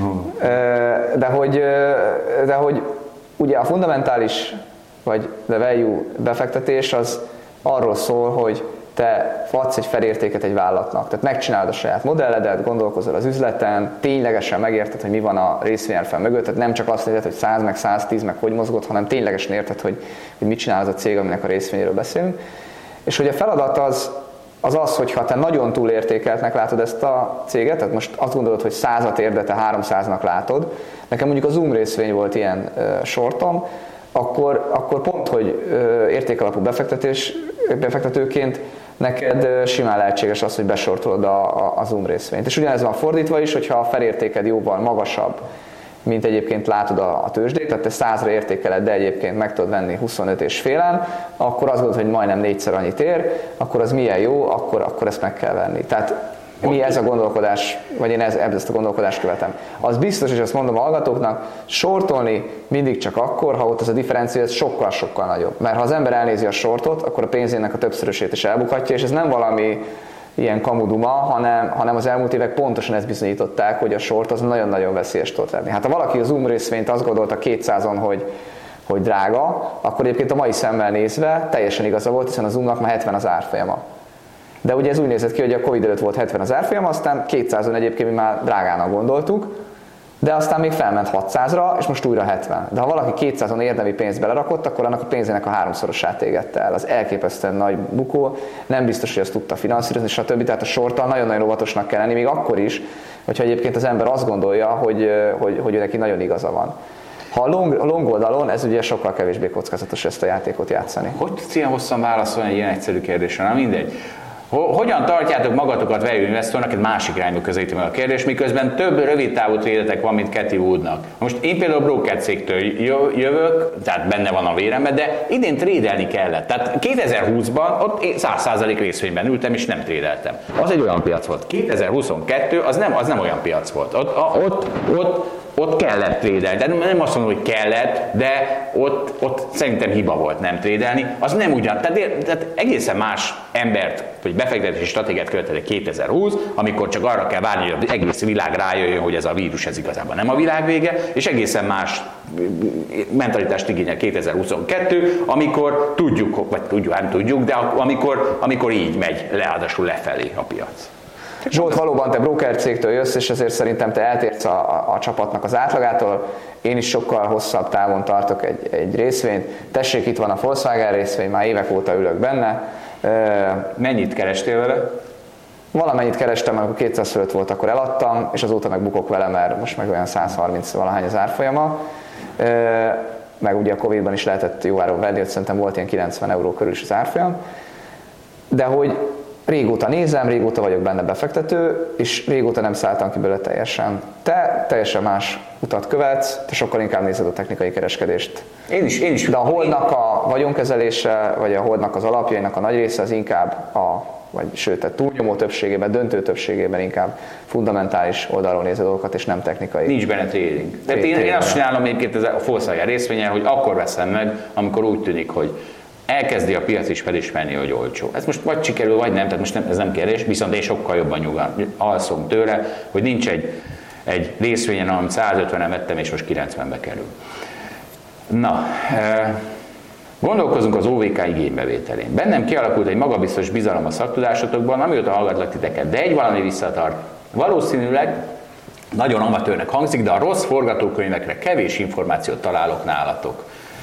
De hogy ugye a fundamentális, vagy the value befektetés az arról szól, hogy te adsz egy felértéket egy vállalatnak, tehát megcsinálod a saját modelledet, gondolkozol az üzleten, ténylegesen megérted, hogy mi van a részvényárfolyam mögött, tehát nem csak azt nézed, hogy 100 meg 110 meg hogy mozgott, hanem ténylegesen érted, hogy mit csinál az a cég, aminek a részvényéről beszélünk. És hogy a feladat az, hogyha te nagyon túlértékeltnek látod ezt a céget, tehát most azt gondolod, hogy 100-at ér, de te 300-nak látod, nekem mondjuk a Zoom részvény volt ilyen sortom, akkor pont, hogy értékalapú befektetőként neked simán lehetséges az, hogy besortolod a Zoom részvényt. És ugyanez van fordítva is, hogyha a felértéked jóval magasabb, mint egyébként látod a tőzsdét, tehát te 100-ra értékeled, de egyébként meg tudod venni 25,5-en, akkor azt gondolod, hogy majdnem 4-szer annyit ér, akkor az milyen jó, akkor ezt meg kell venni. Tehát mi ez a gondolkodás, vagy én ezt a gondolkodást követem. Az biztos, és azt mondom a hallgatóknak, sortolni mindig csak akkor, ha ott az a differencia sokkal-sokkal nagyobb. Mert ha az ember elnézi a sortot, akkor a pénzének a többszörösét is elbukhatja, és ez nem valami ilyen kamuduma, hanem az elmúlt évek pontosan ezt bizonyították, hogy a short az nagyon-nagyon veszélyes tud lenni. Hát ha valaki az Zoom részvényt azt gondolta 200-on, hogy drága, akkor egyébként a mai szemmel nézve teljesen igaza volt, hiszen a Zoomnak már 70 az árfolyama. De ugye ez úgy nézett ki, hogy a Covid előtt volt 70 az árfolyama, aztán 200-on egyébként mi már drágának gondoltuk, de aztán még felment 600-ra, és most újra 70. De ha valaki 200-on érdemi pénzt belerakott, akkor annak a pénzének a 3-szorosát égette el. Az elképesztően nagy bukó, nem biztos, hogy ezt tudta finanszírozni, stb. Tehát a shorttal nagyon-nagyon óvatosnak kell lenni, még akkor is, hogyha egyébként az ember azt gondolja, hogy neki nagyon igaza van. Ha a long oldalon, ez ugye sokkal kevésbé kockázatos ezt a játékot játszani. Hogy tudsz ilyen hosszan válaszolni egy ilyen egyszerű kérdésre? Na mindegy. Hogyan tartjátok magatokat value investornak, egy másik irányba közelítem el a kérdés, miközben több rövid távú trédetek van, mint Cathy Woodnak. Most én például broker cégtől jövök, tehát benne van a véremben, de idén trédelni kellett. Tehát 2020-ban ott 100% részvényben ültem, és nem trédeltem. Az egy olyan piac volt. 2022 az nem olyan piac volt. Ott kellett trédelni. De nem azt mondom, hogy kellett, de ott szerintem hiba volt nem trédelni. Az nem ugyan. Tehát egészen más embert, vagy befektetési stratégiát követett 2020, amikor csak arra kell várni, hogy az egész világ rájöjjön, hogy ez a vírus ez igazából nem a világ vége, és egészen más mentalitást igényel 2022, amikor tudjuk, nem tudjuk, de amikor így megy ráadásul lefelé a piac. Zsolt, valóban te broker cégtől jössz, és ezért szerintem te eltérsz a csapatnak az átlagától. Én is sokkal hosszabb távon tartok egy részvényt. Tessék, itt van a Volkswagen részvény, már évek óta ülök benne. Mennyit kerestél vele? Valamennyit kerestem, amikor 200 fölött volt, akkor eladtam, és azóta meg bukok vele, mert most meg olyan 130 valahány az árfolyama. Meg ugye a Covid-ban is lehetett jó áron venni, hogy szerintem volt ilyen 90 euró körül is az árfolyam. De hogy régóta nézem, régóta vagyok benne befektető, és régóta nem szálltam ki belőle teljesen. Te teljesen más utat követsz, te sokkal inkább nézed a technikai kereskedést. Én is. De a holdnak a vagyonkezelése, vagy a holdnak az alapjainak a nagy része az inkább sőt, a túlnyomó többségében, döntő többségében inkább fundamentális oldalról néző dolgokat, és nem technikai. Nincs benne trading. Tehát én azt csinálom egyébként a Volkswagen részvényen, hogy akkor veszem meg, amikor úgy tűnik, hogy elkezdi a piac is felismerni, hogy olcsó. Ez most vagy sikerül, vagy nem, tehát most ez nem kérdés, viszont én sokkal jobban alszom tőle, hogy nincs egy részvényen, amit 150-en vettem, és most 90-be kerül. Na, gondolkozunk az OVK igénybevételén. Bennem kialakult egy magabiztos bizalom a szaktudásotokban, amióta hallgatlak titeket, de egy valami visszatart. Valószínűleg nagyon amatőrnek hangzik, de a rossz forgatókönyvekre kevés információt találok nálatok.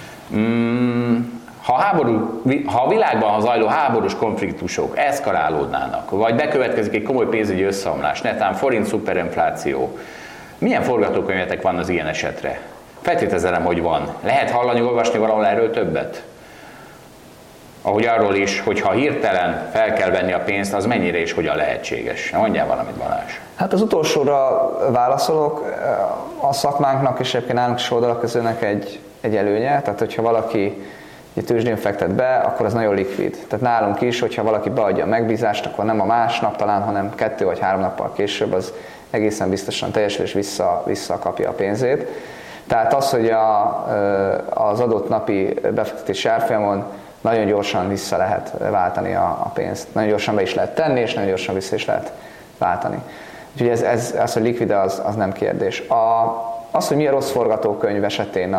Ha a világban zajló háborús konfliktusok eszkalálódnának, vagy bekövetkezik egy komoly pénzügyi összeomlás, netán forint szuperinfláció, milyen forgatókönyvetek van az ilyen esetre? Feltételezem, hogy van. Lehet hallani, olvasni valahol erről többet? Ahogy arról is, hogy ha hirtelen fel kell venni a pénzt, az mennyire és hogyan lehetséges? Mondjál valamit, Balázs. Hát az utolsóra válaszolok. A szakmánknak és egyébként nálunk is oldalakezőnek egy előnye, tehát hogyha valaki tőzsdén fektet be, akkor az nagyon likvid. Tehát nálunk is, hogyha valaki beadja a megbízást, akkor nem a másnap talán, hanem 2 vagy 3 nappal később az egészen biztosan teljesül és visszakapja a pénzét. Tehát az, hogy az adott napi befektetési árfolyamon nagyon gyorsan vissza lehet váltani a pénzt. Nagyon gyorsan be is lehet tenni, és nagyon gyorsan vissza is lehet váltani. Úgyhogy ez hogy likvid, az nem kérdés. Az, hogy mi a rossz forgatókönyv esetén,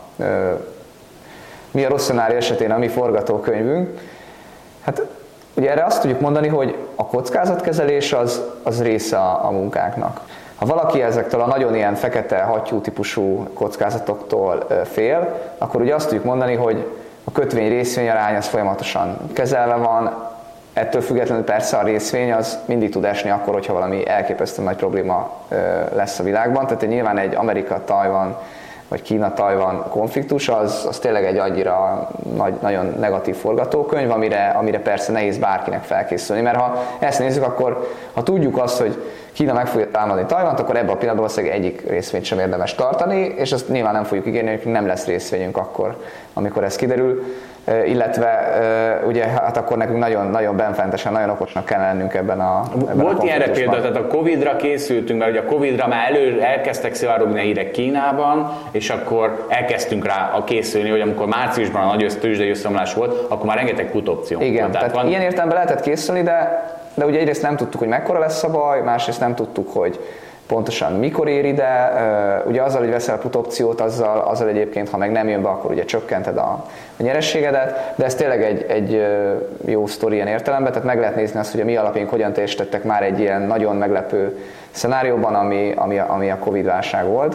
mi a rossz szenárió esetén a mi forgatókönyvünk, hát ugye erre azt tudjuk mondani, hogy a kockázatkezelés az része a munkánknak. Ha valaki ezektől a nagyon ilyen fekete hattyú típusú kockázatoktól fél, akkor ugye azt tudjuk mondani, hogy a kötvény-részvény arány az folyamatosan kezelve van, ettől függetlenül persze a részvény az mindig tud esni akkor, hogyha valami elképesztően nagy probléma lesz a világban. Tehát nyilván egy Amerika-Tajvan vagy Kína-Tajvan konfliktus, az tényleg egy annyira nagyon negatív forgatókönyv, amire persze nehéz bárkinek felkészülni, mert ha ezt nézzük, akkor ha tudjuk azt, hogy Kína meg fogja támadni Tajvant, akkor ebben a pillanatban valószínűleg egyik részvényt sem érdemes tartani, és azt nyilván nem fogjuk ígérni, hogy nem lesz részvényünk akkor, amikor ez kiderül. Illetve ugye hát akkor nekünk nagyon benfentesen, nagyon okosnak kell lennünk ebben a Volt ilyenre példa, tehát a Covid-ra készültünk, mert ugye a Covid-ra már elkezdtek szivárogni a hírek Kínában, és akkor elkezdtünk rá készülni, hogy amikor márciusban a nagy tőzsdei összeomlás volt, akkor már rengeteg put opciónk volt. Igen, tehát ilyen értelemben lehetett készülni, de de ugye egyrészt nem tudtuk, hogy mekkora lesz a baj, másrészt nem tudtuk, hogy pontosan mikor ér ide. Ugye azzal, hogy veszel a put opciót, azzal egyébként, ha meg nem jön be, akkor ugye csökkented a nyerességedet, de ez tényleg egy jó sztori ilyen értelemben, tehát meg lehet nézni azt, hogy a mi alapjaink hogyan teljesítettek már egy ilyen nagyon meglepő szenárióban, ami a Covid-válság volt.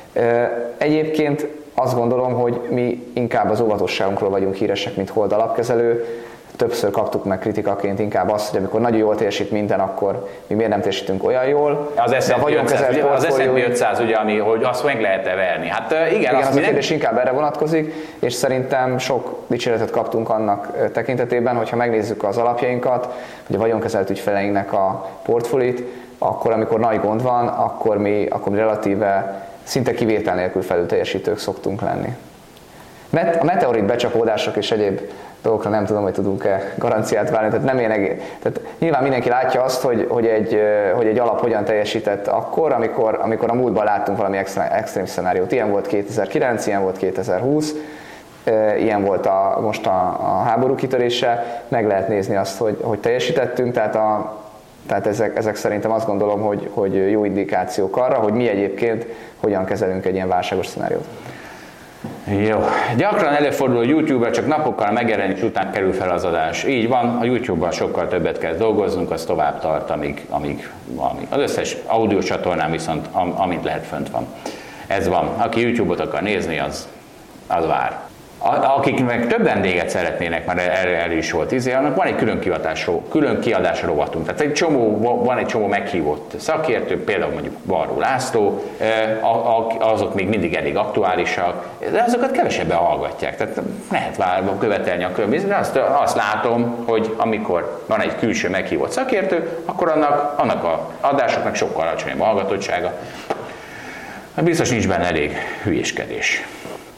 Egyébként azt gondolom, hogy mi inkább az óvatosságunkról vagyunk híresek, mint Hold alapkezelő. Többször kaptuk meg kritikaként inkább azt, hogy amikor nagyon jól teljesít minden, akkor mi miért nem teljesítünk olyan jól. Az S&P 500, ugye, hogy azt meg lehet-e verni? Hát igen, az a kérdés inkább erre vonatkozik, és szerintem sok dicséretet kaptunk annak tekintetében, hogyha megnézzük az alapjainkat, hogy a vagyonkezelt ügyfeleinknek a portfólit, akkor amikor nagy gond van, akkor mi relatíve szinte kivétel nélkül felülteljesítők szoktunk lenni. A meteorit becsapódások és egyéb dolgokra nem tudom, hogy tudunk-e garanciát várni, tehát nyilván mindenki látja azt, hogy egy alap hogyan teljesített akkor, amikor a múltban láttunk valami extrém szenáriót. Ilyen volt 2009, ilyen volt 2020, ilyen volt most a háború kitörése, meg lehet nézni azt, hogy teljesítettünk, tehát ezek szerintem azt gondolom, hogy jó indikációk arra, hogy mi egyébként hogyan kezelünk egy ilyen válságos szenáriót. Jó. Gyakran előfordul, hogy YouTube-ra csak napokkal megjelenés után kerül fel az adás. Így van, a YouTube-ban sokkal többet kell dolgoznunk, az tovább tart, amíg az összes audiós csatornán viszont amint lehet fönt van. Ez van. Aki YouTube-ot akar nézni, az vár. Akik meg több vendéget szeretnének, már erre is volt annak van egy külön kiadás rovatunk. Tehát van egy csomó meghívott szakértő, például mondjuk Varró László, azok még mindig elég aktuálisak, de azokat kevesebben hallgatják. Tehát lehet várva követelni a különböző, de azt látom, hogy amikor van egy külső meghívott szakértő, akkor annak az adásoknak sokkal alacsonyabb a hallgatottsága. Biztos nincs benne elég hülyéskedés.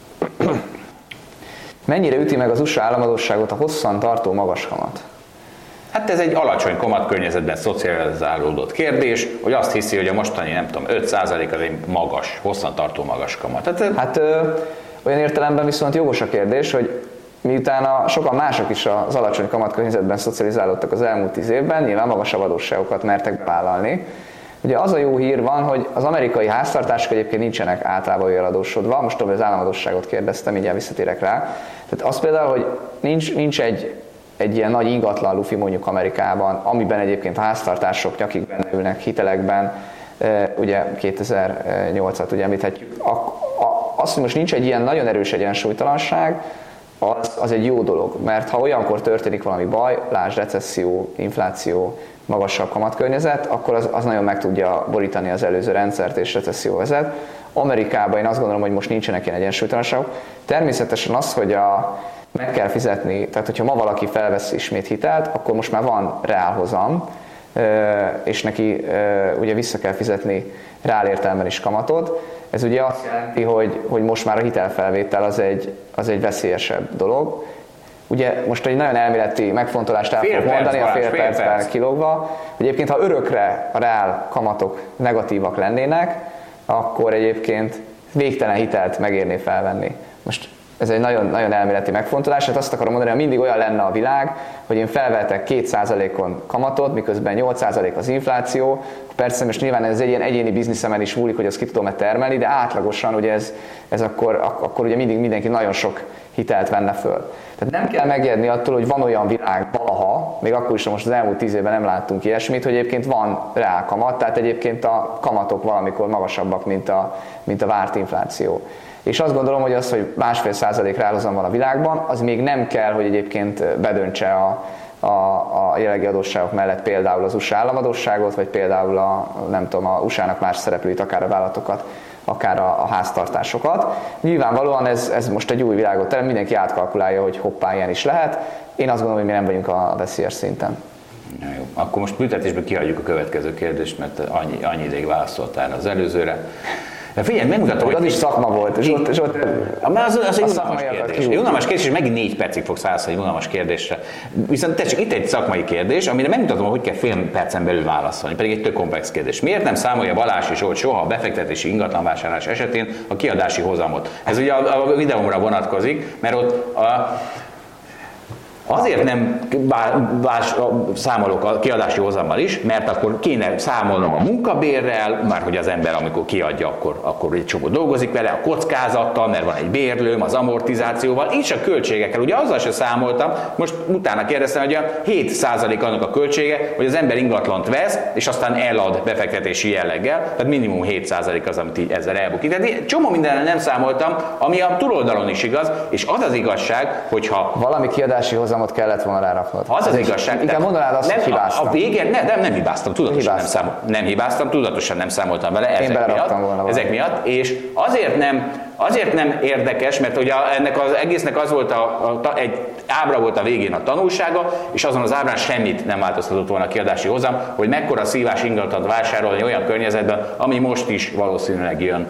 Mennyire üti meg az USA államadósságot a hosszan tartó magas kamat? Hát ez egy alacsony kamatkörnyezetben szocializálódott kérdés, hogy azt hiszi, hogy a mostani, nem tudom, 5% az egy magas, hosszantartó magas kamat. Hát olyan értelemben viszont jogos a kérdés, hogy miután sokan mások is az alacsony kamatkörnyezetben szocializálódtak az elmúlt 10 évben, nyilván magasabb adósságokat mertek vállalni. Ugye az a jó hír van, hogy az amerikai háztartások egyébként nincsenek általában olyan adósodva, most az államadósságot kérdeztem, mindjárt visszatérek rá. Tehát az például, hogy nincs egy ilyen nagy ingatlan lufi mondjuk Amerikában, amiben egyébként a háztartások nyakig benne ülnek hitelekben, ugye 2008-at ugye említhetjük. Az, hogy most nincs egy ilyen nagyon erős egyensúlytalanság, az egy jó dolog, mert ha olyankor történik valami baj, lásd recesszió, infláció, magasabb kamatkörnyezet, akkor az nagyon meg tudja borítani az előző rendszert és recesszió vezet. Amerikában én azt gondolom, hogy most nincsenek ilyen egyensúlytalanságok. Természetesen az, hogy meg kell fizetni, tehát hogyha ma valaki felvesz ismét hitelt, akkor most már van reálhozam, és neki ugye vissza kell fizetni reál értelemben is kamatot. Ez ugye azt jelenti, hogy most már a hitelfelvétel az egy veszélyesebb dolog. Ugye most egy nagyon elméleti megfontolást el fogok mondani, a fél percben kilógva, hogy egyébként ha örökre a reál kamatok negatívak lennének, akkor egyébként végtelen hitelt megérné felvenni. Most ez egy nagyon, nagyon elméleti megfontolás, hát azt akarom mondani, hogy mindig olyan lenne a világ, hogy én felvettek 2%-on kamatot, miközben 8% az infláció, persze most nyilván ez egy ilyen egyéni bizniszemen is múlik, hogy azt ki tudom-e termelni, de átlagosan ugye ez akkor ugye mindenki nagyon sok hitelt venne föl. Tehát nem kell megijedni attól, hogy van olyan világ valaha, még akkor is, most az elmúlt 10 évben nem láttunk ilyesmit, hogy egyébként van reál kamat, tehát egyébként a kamatok valamikor magasabbak, mint a várt infláció. És azt gondolom, hogy az, hogy 1,5% reálhozam van a világban, az még nem kell, hogy egyébként bedöntse a jelenlegi adósságok mellett például az USA államadósságot, vagy például a USA-nak más szereplőit, akár a vállalatokat, akár a háztartásokat. Nyilvánvalóan ez most egy új világot teremt, mindenki átkalkulálja, hogy hoppá, ilyen is lehet. Én azt gondolom, hogy mi nem vagyunk a veszélyes szinten. Na jó, akkor most büntetésben kihagyjuk a következő kérdést, mert annyi ideig válaszoltál az előzőre. De figyelj, megmutatom, hogy az is szakma volt. Az egy unalmas kérdés. Egy unalmas kérdés, és megint 4 percig fogsz válaszolni egy unalmas kérdésre. Viszont tessék, itt egy szakmai kérdés, amire megmutatom, hogy kell fél percen belül válaszolni, pedig egy tök komplex kérdés. Miért nem számolja Balási Zsolt soha a befektetési ingatlanvásárlás esetén a kiadási hozamot? Ez ugye a videómra vonatkozik, mert ott Azért nem számolok a kiadási hozammal is, mert akkor kéne számolnom a munkabérrel, már hogy az ember amikor kiadja, akkor egy csomó dolgozik vele, a kockázattal, mert van egy bérlőm, az amortizációval, és a költségekkel. Ugye azzal se számoltam, most utána kérdeztem, hogy a 7% annak a költsége, hogy az ember ingatlant vesz, és aztán elad befektetési jelleggel, tehát minimum 7% az, amit így ezzel elbukik. Tehát csomó mindennel nem számoltam, ami a túloldalon is igaz, és az az igazság, hogyha valami kiadási hozamot kellett volna ráraknod. Az igazság. Igen, mondanád azt, hogy hibáztam. A végén nem hibáztam, tudatosan nem számoltam vele ezek miatt, és azért nem érdekes, mert ugye ennek az egésznek az volt egy ábra volt a végén a tanulsága, és azon az ábrán semmit nem változtatott volna a kiadási hozam, hogy mekkora szívás ingatlant vásárolni olyan környezetben, ami most is valószínűleg jön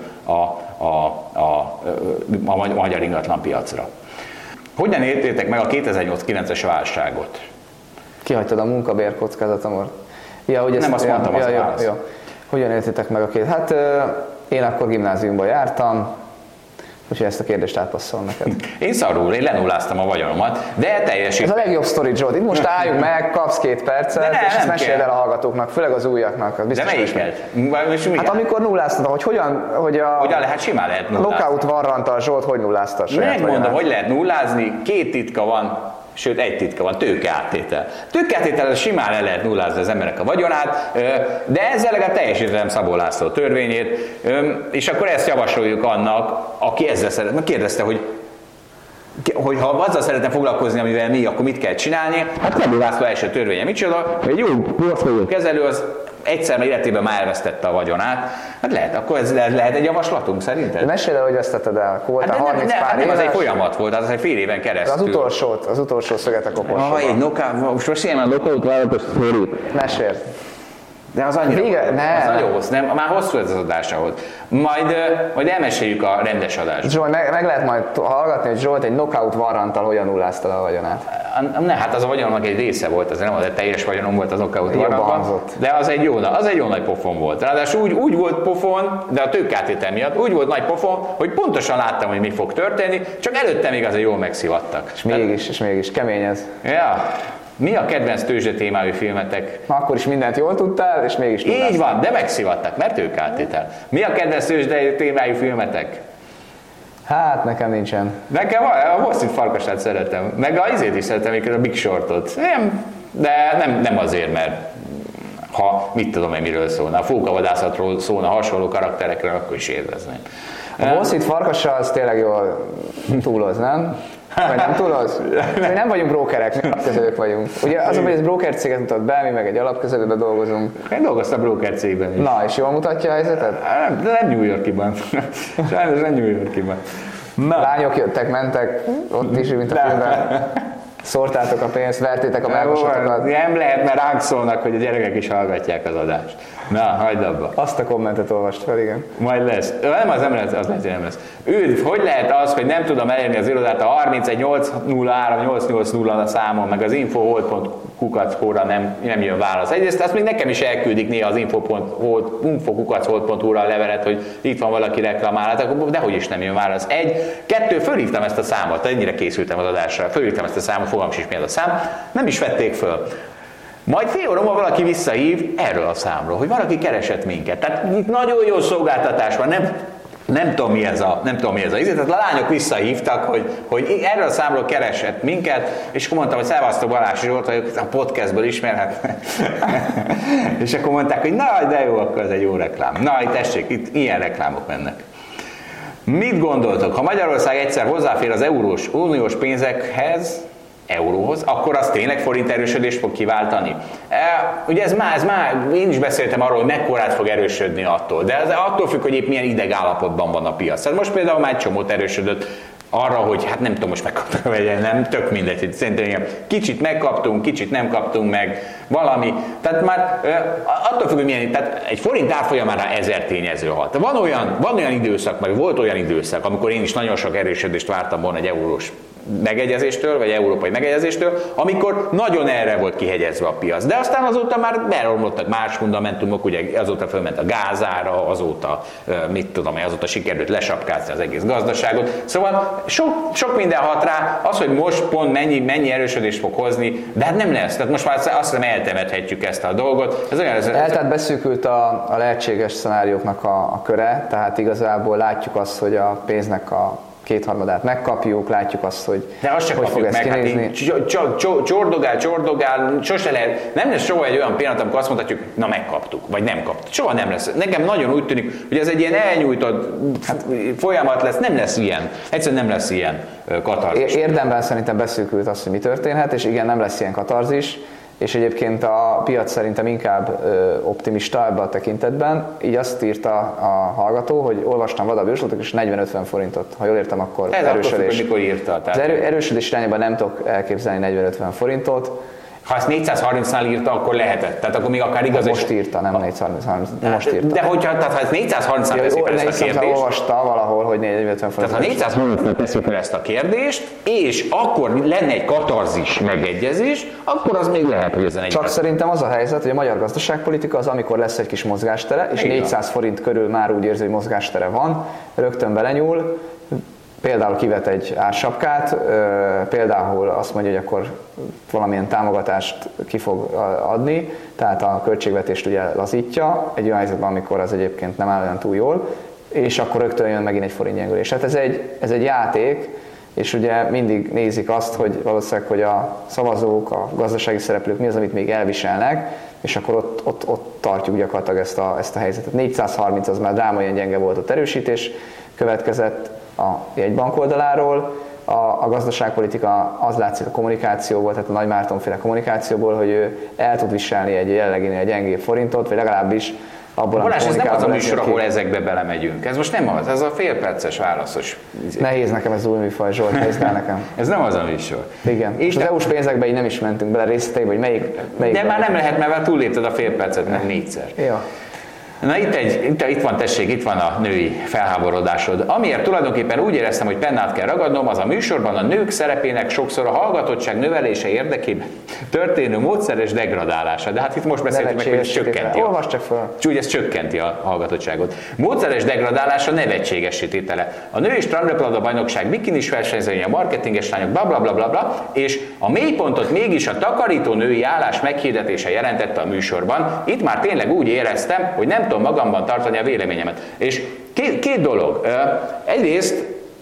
a magyar ingatlanpiacra. Hogyan értétek meg a 2008-9-es válságot? Kihagytad a munkabérkockázatomot. Ja, hogy nem azt mondtam, az válasz. Ja. Hogyan értétek meg a két? Hát én akkor gimnáziumba jártam, úgyhogy ezt a kérdést átpasszolom neked. Én szarul, én lenulláztam a vagyonomat, de teljesít. Ez a legjobb sztori, Zsolt. Itt most álljunk meg, kapsz 2 percet, és ezt meséld el a hallgatóknak, főleg az újaknak. De melyiket? Hát amikor nulláztad, hogyan lehet, simán lehet nullázni. Lockout varrant a Zsolt, hogy nullázta a saját Megmondom, hogy lehet nullázni, 2 titka van, sőt egy titka van, tőkeáttétel. Tőkeáttétel simán le lehet nullázni az emberek a vagyonát, de ezzel legalább teljesítettem Szabó László törvényét, és akkor ezt javasoljuk annak, aki ezzel szeretne. Kérdezte, hogy ha azzal szeretne foglalkozni, amivel mi, akkor mit kell csinálni? Hát Szabó László első törvénye micsoda? Egy jó portfólió kezelő az egyszer életében már elvesztette a vagyonát. Hát lehet, akkor ez lehet egy javaslatunk szerinted? De mesélj el, hogy vesztetted el. Voltál 30 pár éves. Az egy folyamat volt, az egy fél éven keresztül. Az utolsó szöget a koporsóban. Most ilyen a lockout vállalatos szorít. Mesél. De az annyira az nagyon hosszú, nem, már hosszú ez az adás volt. Majd elmeséljük a rendes adást. Zsolt, meg lehet majd hallgatni, hogy Zsolt egy knockout varranttal hogyan nulláztad a vagyonát. Ne, hát az a vagyonomnak egy része volt, az nem az egy teljes vagyonom volt az knockout varrantban. De az egy jó nagy pofon volt. Ráadásul úgy volt pofon, de a tőkeáttétel miatt úgy volt nagy pofon, hogy pontosan láttam, hogy mi fog történni, csak előtte még azért jól megszivattak. És mégis, kemény ez. Ja. Mi a kedvenc tőzsdetémájú filmetek? Akkor is mindent jól tudtál, és mégis tudtál. Így van, de megszivattak, mert tőkeáttétel. Mi a kedvenc tőzsdetémájú filmetek? Hát nekem nincsen. Nekem a Hosszít Farkasát szeretem, meg azért is szeretem, a Big Shortot. De nem azért, mert ha mit tudom én miről szólna, a fókavadászatról szólna, hasonló karakterekről, akkor is élvezném. A Hosszít Farkassal az tényleg jól túloz, nem? Vagy nem túloz? Mi nem vagyunk brókerek, mi alapkezelők vagyunk. Ugye az, hogy ez broker céget mutat be, mi meg egy alapkezelőben dolgozunk. Én dolgoztam broker cégben is. Na, és jól mutatja a helyzetet? Nem New Yorkiban. Sajnos nem New Yorkiban. Lányok jöttek, mentek, ott is, mint a filmben. Szórtátok a pénzt, vertétek a melkosotokat. Nem lehet, mert ránk szólnak, hogy a gyerekek is hallgatják az adást. Na, hagyd abba. Azt a kommentet olvast fel, igen. Majd lesz. Nem, az lehet, hogy nem lesz. Hogy lehet az, hogy nem tudom elérni az irodát a 31 803 880 a számon, meg az info.kukac.hu-ra nem jön válasz. Egyrészt azt még nekem is elküldik néha az info.kukac.hu-ra a levelet, hogy itt van valaki reklamálhat, de hogy is nem jön válasz. 2, fölhívtam ezt a számot, ennyire készültem az adásra, fölhívtam ezt a számot, fogalmam is mi az a szám, nem is vették föl. Majd fél óra valaki visszahív erről a számról, hogy valaki keresett minket. Tehát itt nagyon jó szolgáltatás van, nem tudom mi ez a tehát a lányok visszahívtak, hogy erről a számról keresett minket, és akkor mondtam, hogy szevasztok, Balázs Zsolt vagyok, a podcastből ismerhet. És akkor mondták, hogy na, de jó, akkor ez egy jó reklám. Na, itt tessék, itt ilyen reklámok mennek. Mit gondoltok, ha Magyarország egyszer hozzáfér az uniós pénzekhez, euróhoz, akkor az tényleg forint erősödést fog kiváltani. Ugye ez már, én is beszéltem arról, hogy mekkorát fog erősödni attól, de ez attól függ, hogy épp milyen idegállapotban van a piac. Tehát most például már egy csomót erősödött arra, hogy hát nem tudom, most megkaptuk, vagy nem, tök mindegy, hogy szerintem kicsit megkaptunk, kicsit nem kaptunk meg, valami. Tehát már attól függ, hogy milyen, tehát egy forint árfolyamára 1000 tényező hat. Van olyan időszak, vagy volt olyan időszak, amikor én is nagyon sok erősödést vártam volna egy eurós megegyezéstől, vagy európai megegyezéstől, amikor nagyon erre volt kihegyezve a piac. De aztán azóta már beromlottak más fundamentumok, ugye azóta fölment a gázára, azóta, azóta sikerült lesapkázni az egész gazdaságot. Szóval sok minden hat rá, az, hogy most pont mennyi erősödést fog hozni, de hát nem lesz. Tehát most már azt hiszem eltemethetjük ezt a dolgot. Tehát beszűkült a lehetséges szenárióknak a köre, tehát igazából látjuk azt, hogy a pénznek a kétharmadát megkapjuk, látjuk azt, hogy de azt hogy fog ez kinézni. Hát csordogál, sose lehet, nem lesz soha egy olyan pillanat, amikor azt mondhatjuk, na megkaptuk, vagy nem kaptuk. Soha nem lesz. Nekem nagyon úgy tűnik, hogy ez egy ilyen elnyújtott folyamat lesz, nem lesz ilyen. Egyszerűen nem lesz ilyen katarzis. Érdemben szerintem beszűkült az, hogy mi történhet, és igen, nem lesz ilyen katarzis. És egyébként a piac szerintem inkább optimista ebben a tekintetben. Így azt írta a hallgató, hogy olvastam vadabb jóslatot, és 40-50 forintot. Ha jól értem, akkor ez erősödés. Attól, mikor írta. Az erősödés irányában nem tudok elképzelni 40-50 forintot. Ha ezt 430-nál írta, akkor lehetett. Tehát akkor még akár igaz. Most írta, nem 430, most írta. De hogyha, tehát ha ezt 430-nál teszik fel ezt a kérdést. Olvasta valahol, hogy 450 forint. Tehát ha 430-nál teszik fel ezt a kérdést, és akkor lenne egy katarzis megegyezés, akkor az még lehet, hogy ezen egy. Csak szerintem az a helyzet, hogy a magyar gazdaságpolitika az, amikor lesz egy kis mozgástere, és 400 forint körül már úgy érzi, hogy mozgástere van, rögtön belenyúl, például kivet egy ársapkát, például azt mondja, hogy akkor valamilyen támogatást ki fog adni, tehát a költségvetést ugye lazítja, egy olyan helyzetben, amikor az egyébként nem áll olyan túl jól, és akkor rögtön jön megint egy forintgyengülés. Hát ez egy játék, és ugye mindig nézik azt, hogy valószínűleg, hogy a szavazók, a gazdasági szereplők mi az, amit még elviselnek, és akkor ott tartjuk gyakorlatilag ezt a helyzetet. 430 az már drámaian gyenge volt, ott erősítés következett a jegybank oldaláról. A gazdaságpolitika az látszik a kommunikációból, tehát a Nagy Márton-féle kommunikációból, hogy ő el tud viselni egy jelenleginél gyengébb forintot, vagy legalábbis abból Balázs, ez nem az a műsor, ahol ezekbe belemegyünk. Ez most nem az, ez a félperces válaszos. Nehéz nekem ez új műfaj, Zsolt, nézd el nekem. Ez nem az a műsor. Igen, és az EU-s pénzekbe így nem is mentünk bele részleteibe, hogy melyik de már nem lehet, mert túllépted a félpercet, mert 4-szer. Ja. Na itt van, tessék, itt van a női felháborodásod. Amiért tulajdonképpen úgy éreztem, hogy pennát kell ragadnom, az a műsorban a nők szerepének sokszor a hallgatottság növelése érdekében történő módszeres degradálása. De hát itt most beszéltünk meg, hogy ez csökkenti. Olvasd csak fel. Úgy ez csökkenti a hallgatottságot. Módszeres degradálása nevetségesítétele. A női strandröplabda bajnokság bikinis versenyzői, a marketinges lányok, bla, és a mélypontot mégis a takarító női állás meghirdetése jelentette a műsorban. Itt már tényleg úgy éreztem, hogy nem tudom magamban tartani a véleményemet. És két dolog. Egyrészt,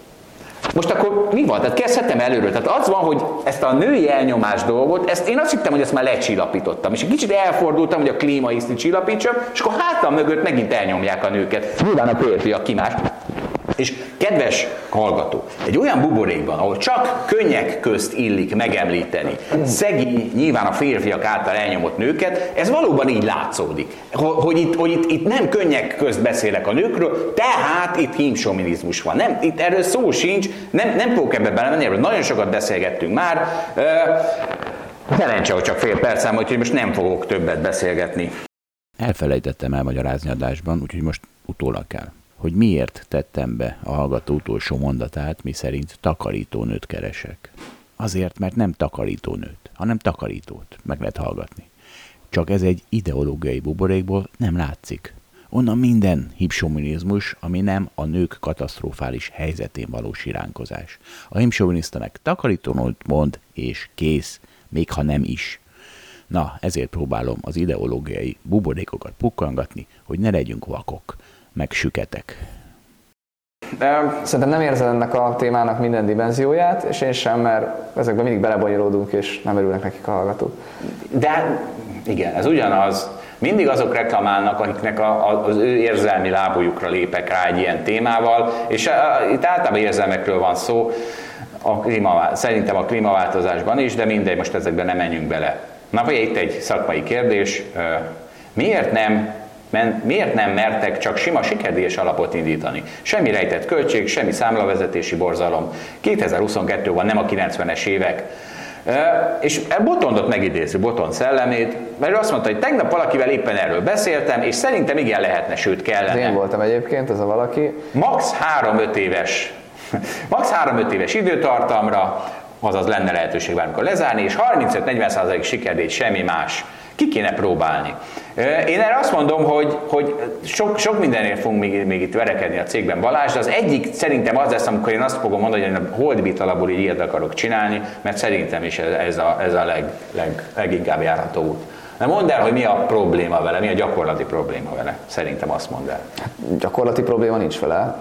most akkor mi van? Tehát kezdhetem előről. Tehát az van, hogy ezt a női elnyomás dolgot, én azt hittem, hogy ezt már lecsillapítottam. És egy kicsit elfordultam, hogy a klímaiszni csillapítsam, és akkor hátam mögött megint elnyomják a nőket. Nyilván a férfiak ki más. És kedves hallgató, egy olyan buborékban, ahol csak könnyek közt illik megemlíteni szegény, nyilván a férfiak által elnyomott nőket, ez valóban így látszódik. Hogy itt nem könnyek közt beszélek a nőkről, tehát itt hímsominizmus van. Nem, itt erről szó sincs, nem fogok ebbe belemenni, erről nagyon sokat beszélgettünk már. Szerencse, hogy csak fél percem, úgyhogy most nem fogok többet beszélgetni. Elfelejtettem elmagyarázni adásban, úgyhogy most utólag kell, hogy miért tettem be a hallgató utolsó mondatát, miszerint takarítónőt keresek. Azért, mert nem takarítónőt, hanem takarítót meg lehet hallgatni. Csak ez egy ideológiai buborékból nem látszik. Onnan minden hipsominizmus, ami nem a nők katasztrofális helyzetén való siránkozás. A hipsominisztenek takarítónőt mond, és kész, még ha nem is. Na, ezért próbálom az ideológiai buborékokat pukkangatni, hogy ne legyünk vakok, meg süketek. Szerintem nem érzed ennek a témának minden dimenzióját, és én sem, mert ezekben mindig belebonyolódunk, és nem örülnek nekik a hallgatók. De igen, ez ugyanaz. Mindig azok reklamálnak, akiknek az ő érzelmi lábujukra lépek rá egy ilyen témával, és itt általában érzelmekről van szó, szerintem a klímaváltozásban is, de mindegy, most ezekben nem menjünk bele. Na, vagy itt egy szakmai kérdés, miért nem mertek csak sima sikerdíjas alapot indítani? Semmi rejtett költség, semmi számlavezetési borzalom. 2022-ben nem a 90-es évek. És Botondot megidéző, Botond szellemét, mert ő azt mondta, hogy tegnap valakivel éppen erről beszéltem, és szerintem igen lehetne, sőt kellene. Én voltam egyébként, ez a valaki. Max 3-5 éves Max 3-5 éves időtartamra, azaz lenne lehetőség bármikor lezárni, és 35-40% sikerdíj, semmi más. Ki kéne próbálni. Én erre azt mondom, hogy sok mindenért fogunk még itt verekedni a cégben, Balázs, de az egyik szerintem az lesz, amikor én azt fogom mondani, hogy én a Holdbit alapból így ilyet akarok csinálni, mert szerintem is ez a leginkább járható út. De mondd el, hogy mi a probléma vele, mi a gyakorlati probléma vele. Szerintem azt mondd el. Gyakorlati probléma nincs vele.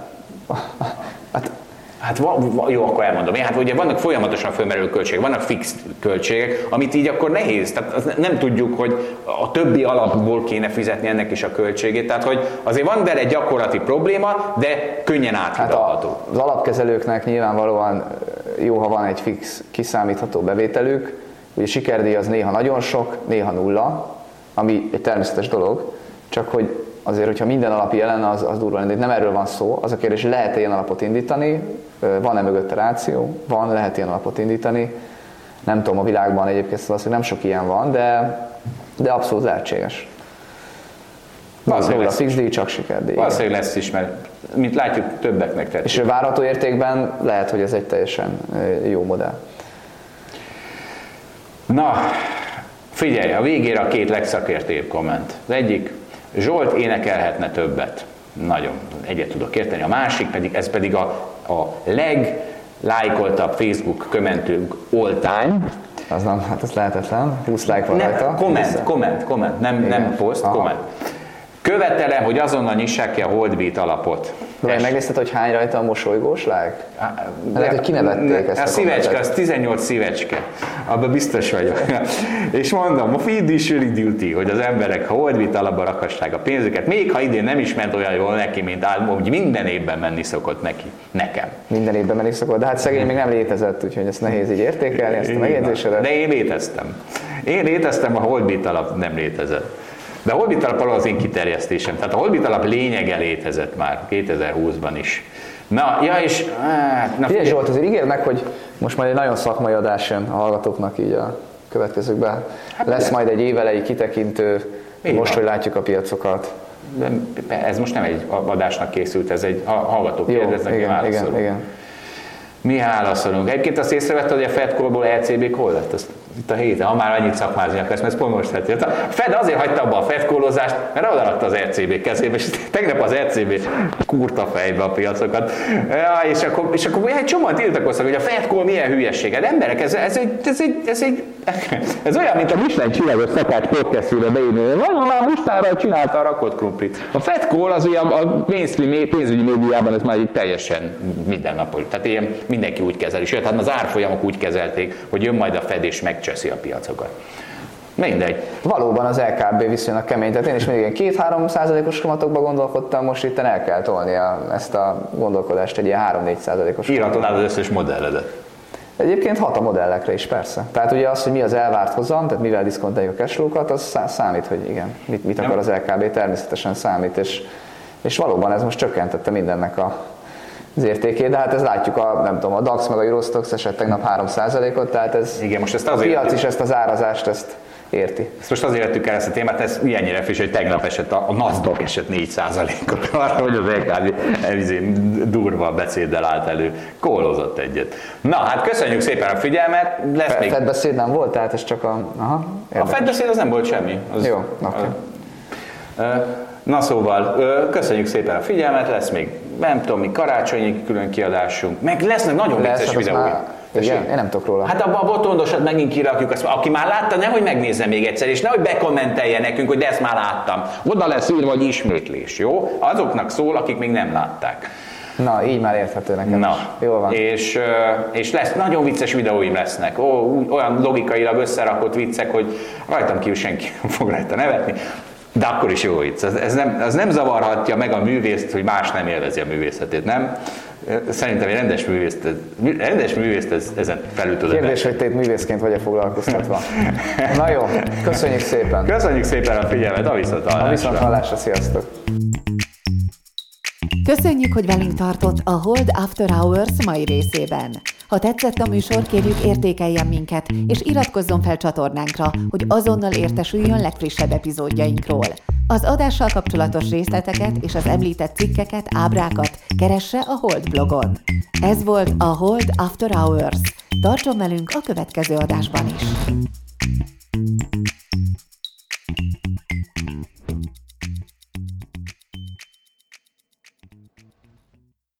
Hát jó, akkor elmondom. Hát ugye vannak folyamatosan fölmerülő költségek, vannak fix költségek, amit így akkor nehéz. Tehát nem tudjuk, hogy a többi alapból kéne fizetni ennek is a költségét. Tehát, hogy azért van vele egy gyakorlati probléma, de könnyen áthidalható. Hát az alapkezelőknek nyilvánvalóan jó, ha van egy fix kiszámítható bevételük. Ugye sikerdíj az néha nagyon sok, néha nulla, ami egy természetes dolog, csak hogy azért, hogyha minden alap jelen, az durva lenne, nem erről van szó. Az a kérdés, hogy lehet-e ilyen alapot indítani, van-e mögötte ráció, lehet ilyen alapot indítani. Nem tudom, a világban egyébként valószínűleg nem sok ilyen van, de abszolút lehetséges. Nulla fix díj, csak sikerdíj. Valószínűleg lesz is, mert mint látjuk, többeknek tetszik. És várható értékben lehet, hogy ez egy teljesen jó modell. Na, figyelj, a végére a két legszakértőbb komment. Az egyik, Zsolt énekelhetne többet. Nagyon egyet tudok érteni. A másik pedig, ez pedig a leglájkoltabb Facebook kommentünk all time. Az nem, hát ez lehetetlen. 20 like van rajta. Komment, nem poszt, komment. Követelem, hogy azonnal nyissák ki a Holdbit alapot. De megnézted, hogy hány rajta a mosolygós like? Lehet, hogy kinevették ezt a szívecske, az 18 szívecske. Abban biztos vagyok. És mondom, a fiduciary duty, hogy az emberek Holdbit alapba rakassák a pénzüket, még ha idén nem is ment olyan jól neki, mint hogy minden évben menni szokott neki. Nekem. Minden évben menni szokott, de hát szegény még nem létezett, úgyhogy ezt nehéz így értékelni, ezt a megjegyzésedet. De én léteztem. A Holdbit alap nem létezett. De a Holdbit alap az én kiterjesztésem. Tehát a Holdbit alap lényege létezett már 2020-ban is. Na, ja és... Figyelj Zsolt, azért ígérd meg, hogy most majd egy nagyon szakmai adás jön a hallgatóknak így a következőkben. Hát lesz majd egy évelei kitekintő, most, hogy látjuk a piacokat. De ez most nem egy adásnak készült, ez egy hallgató kérdeznek, mi válaszolunk. Igen. Mi válaszolunk. Egyébként azt észrevetted, hogy a Fed callból LCB call lett? Azt itt a héten, ha már annyit szakmázni akarsz, mert ez pont most heti. A Fed azért hagyta abba a Fed callozást, mert odaadta az LCB kezébe, és tegnap az LCB kurta fejbe a piacokat. Ja, és akkor egy csomóan tiltakoztak, hogy a Fed call milyen hülyességed. Emberek, ez olyan, mint a Michelin csillagos szakács podcastjébe beírni, hogy már mustára csinálta a rakott krumplit. A Fed call az ugye a mainstream pénzügyi médiában ez már így teljesen mindennapos. Tehát ilyen mindenki úgy kezeli. Sőt, hát az árfolyamok úgy kezelték, hogy jön majd a Fed és megcseszi a piacokat. Mindegy. Valóban az LKB viszonylag kemény, tehát én is mindig 2-3%-os kamatokba gondolkodtam, most itt el kell tolni ezt a gondolkodást egy ilyen 3-4%-os. Írhatod át az összes modelledet. Egyébként hat a modellekre is, persze. Tehát ugye az, hogy mi az elvárt hozam, tehát mivel diszkontáljuk a cashflow-kat, az számít, hogy igen, mit akar az LKB, természetesen számít, és valóban ez most csökkentette mindennek az értékét, de hát ez látjuk, a DAX meg a Eurostoxx esett tegnap 3%-ot, tehát ez igen, most ezt a piac is ezt az árazást ezt érti. Ezt most azért vettük el ezt a témát, ez ilyennyire friss, hogy tegnap esett a Nasdaq esett 4%-ot arra, hogy az LKB durva beszéddel állt elő, kólozott egyet. Na, hát köszönjük szépen a figyelmet. Fed beszéd nem volt, tehát ez csak a Fed beszéd az nem volt semmi. Jó, oké. Na szóval, köszönjük szépen a figyelmet, lesz még, nem tudom, mi karácsonyi külön kiadásunk, meg lesznek nagyon vicces videói. Igen, én nem tudok róla. Hát abban a botondosat megint kirakjuk, azt, aki már látta, nehogy megnézze még egyszer, és nehogy bekommentelje nekünk, hogy de ezt már láttam. Oda lesz írva, hogy ismétlés, jó? Azoknak szól, akik még nem látták. Na, így már érthető nekem. Na, jól van. És lesz, nagyon vicces videóim lesznek. Olyan logikailag összerakott viccek, hogy rajtam kívül senki fog rajta nevetni. De akkor is jó vicc. Ez nem zavarhatja meg a művészt, hogy más nem élvezi a művészetét, nem? Szerintem egy rendes művészt ezen felül tud. Kérdés, hogy te művészként vagy-e foglalkoztatva. Na jó, köszönjük szépen. Köszönjük szépen a figyelmet, a viszonthallásra. A viszonthallásra, sziasztok. Köszönjük, hogy velünk tartott a Hold After Hours mai részében. Ha tetszett a műsor, kérjük értékeljen minket, és iratkozzon fel csatornánkra, hogy azonnal értesüljön legfrissebb epizódjainkról. Az adással kapcsolatos részleteket és az említett cikkeket, ábrákat keresse a Hold blogon. Ez volt a Hold After Hours. Tartson velünk a következő adásban is!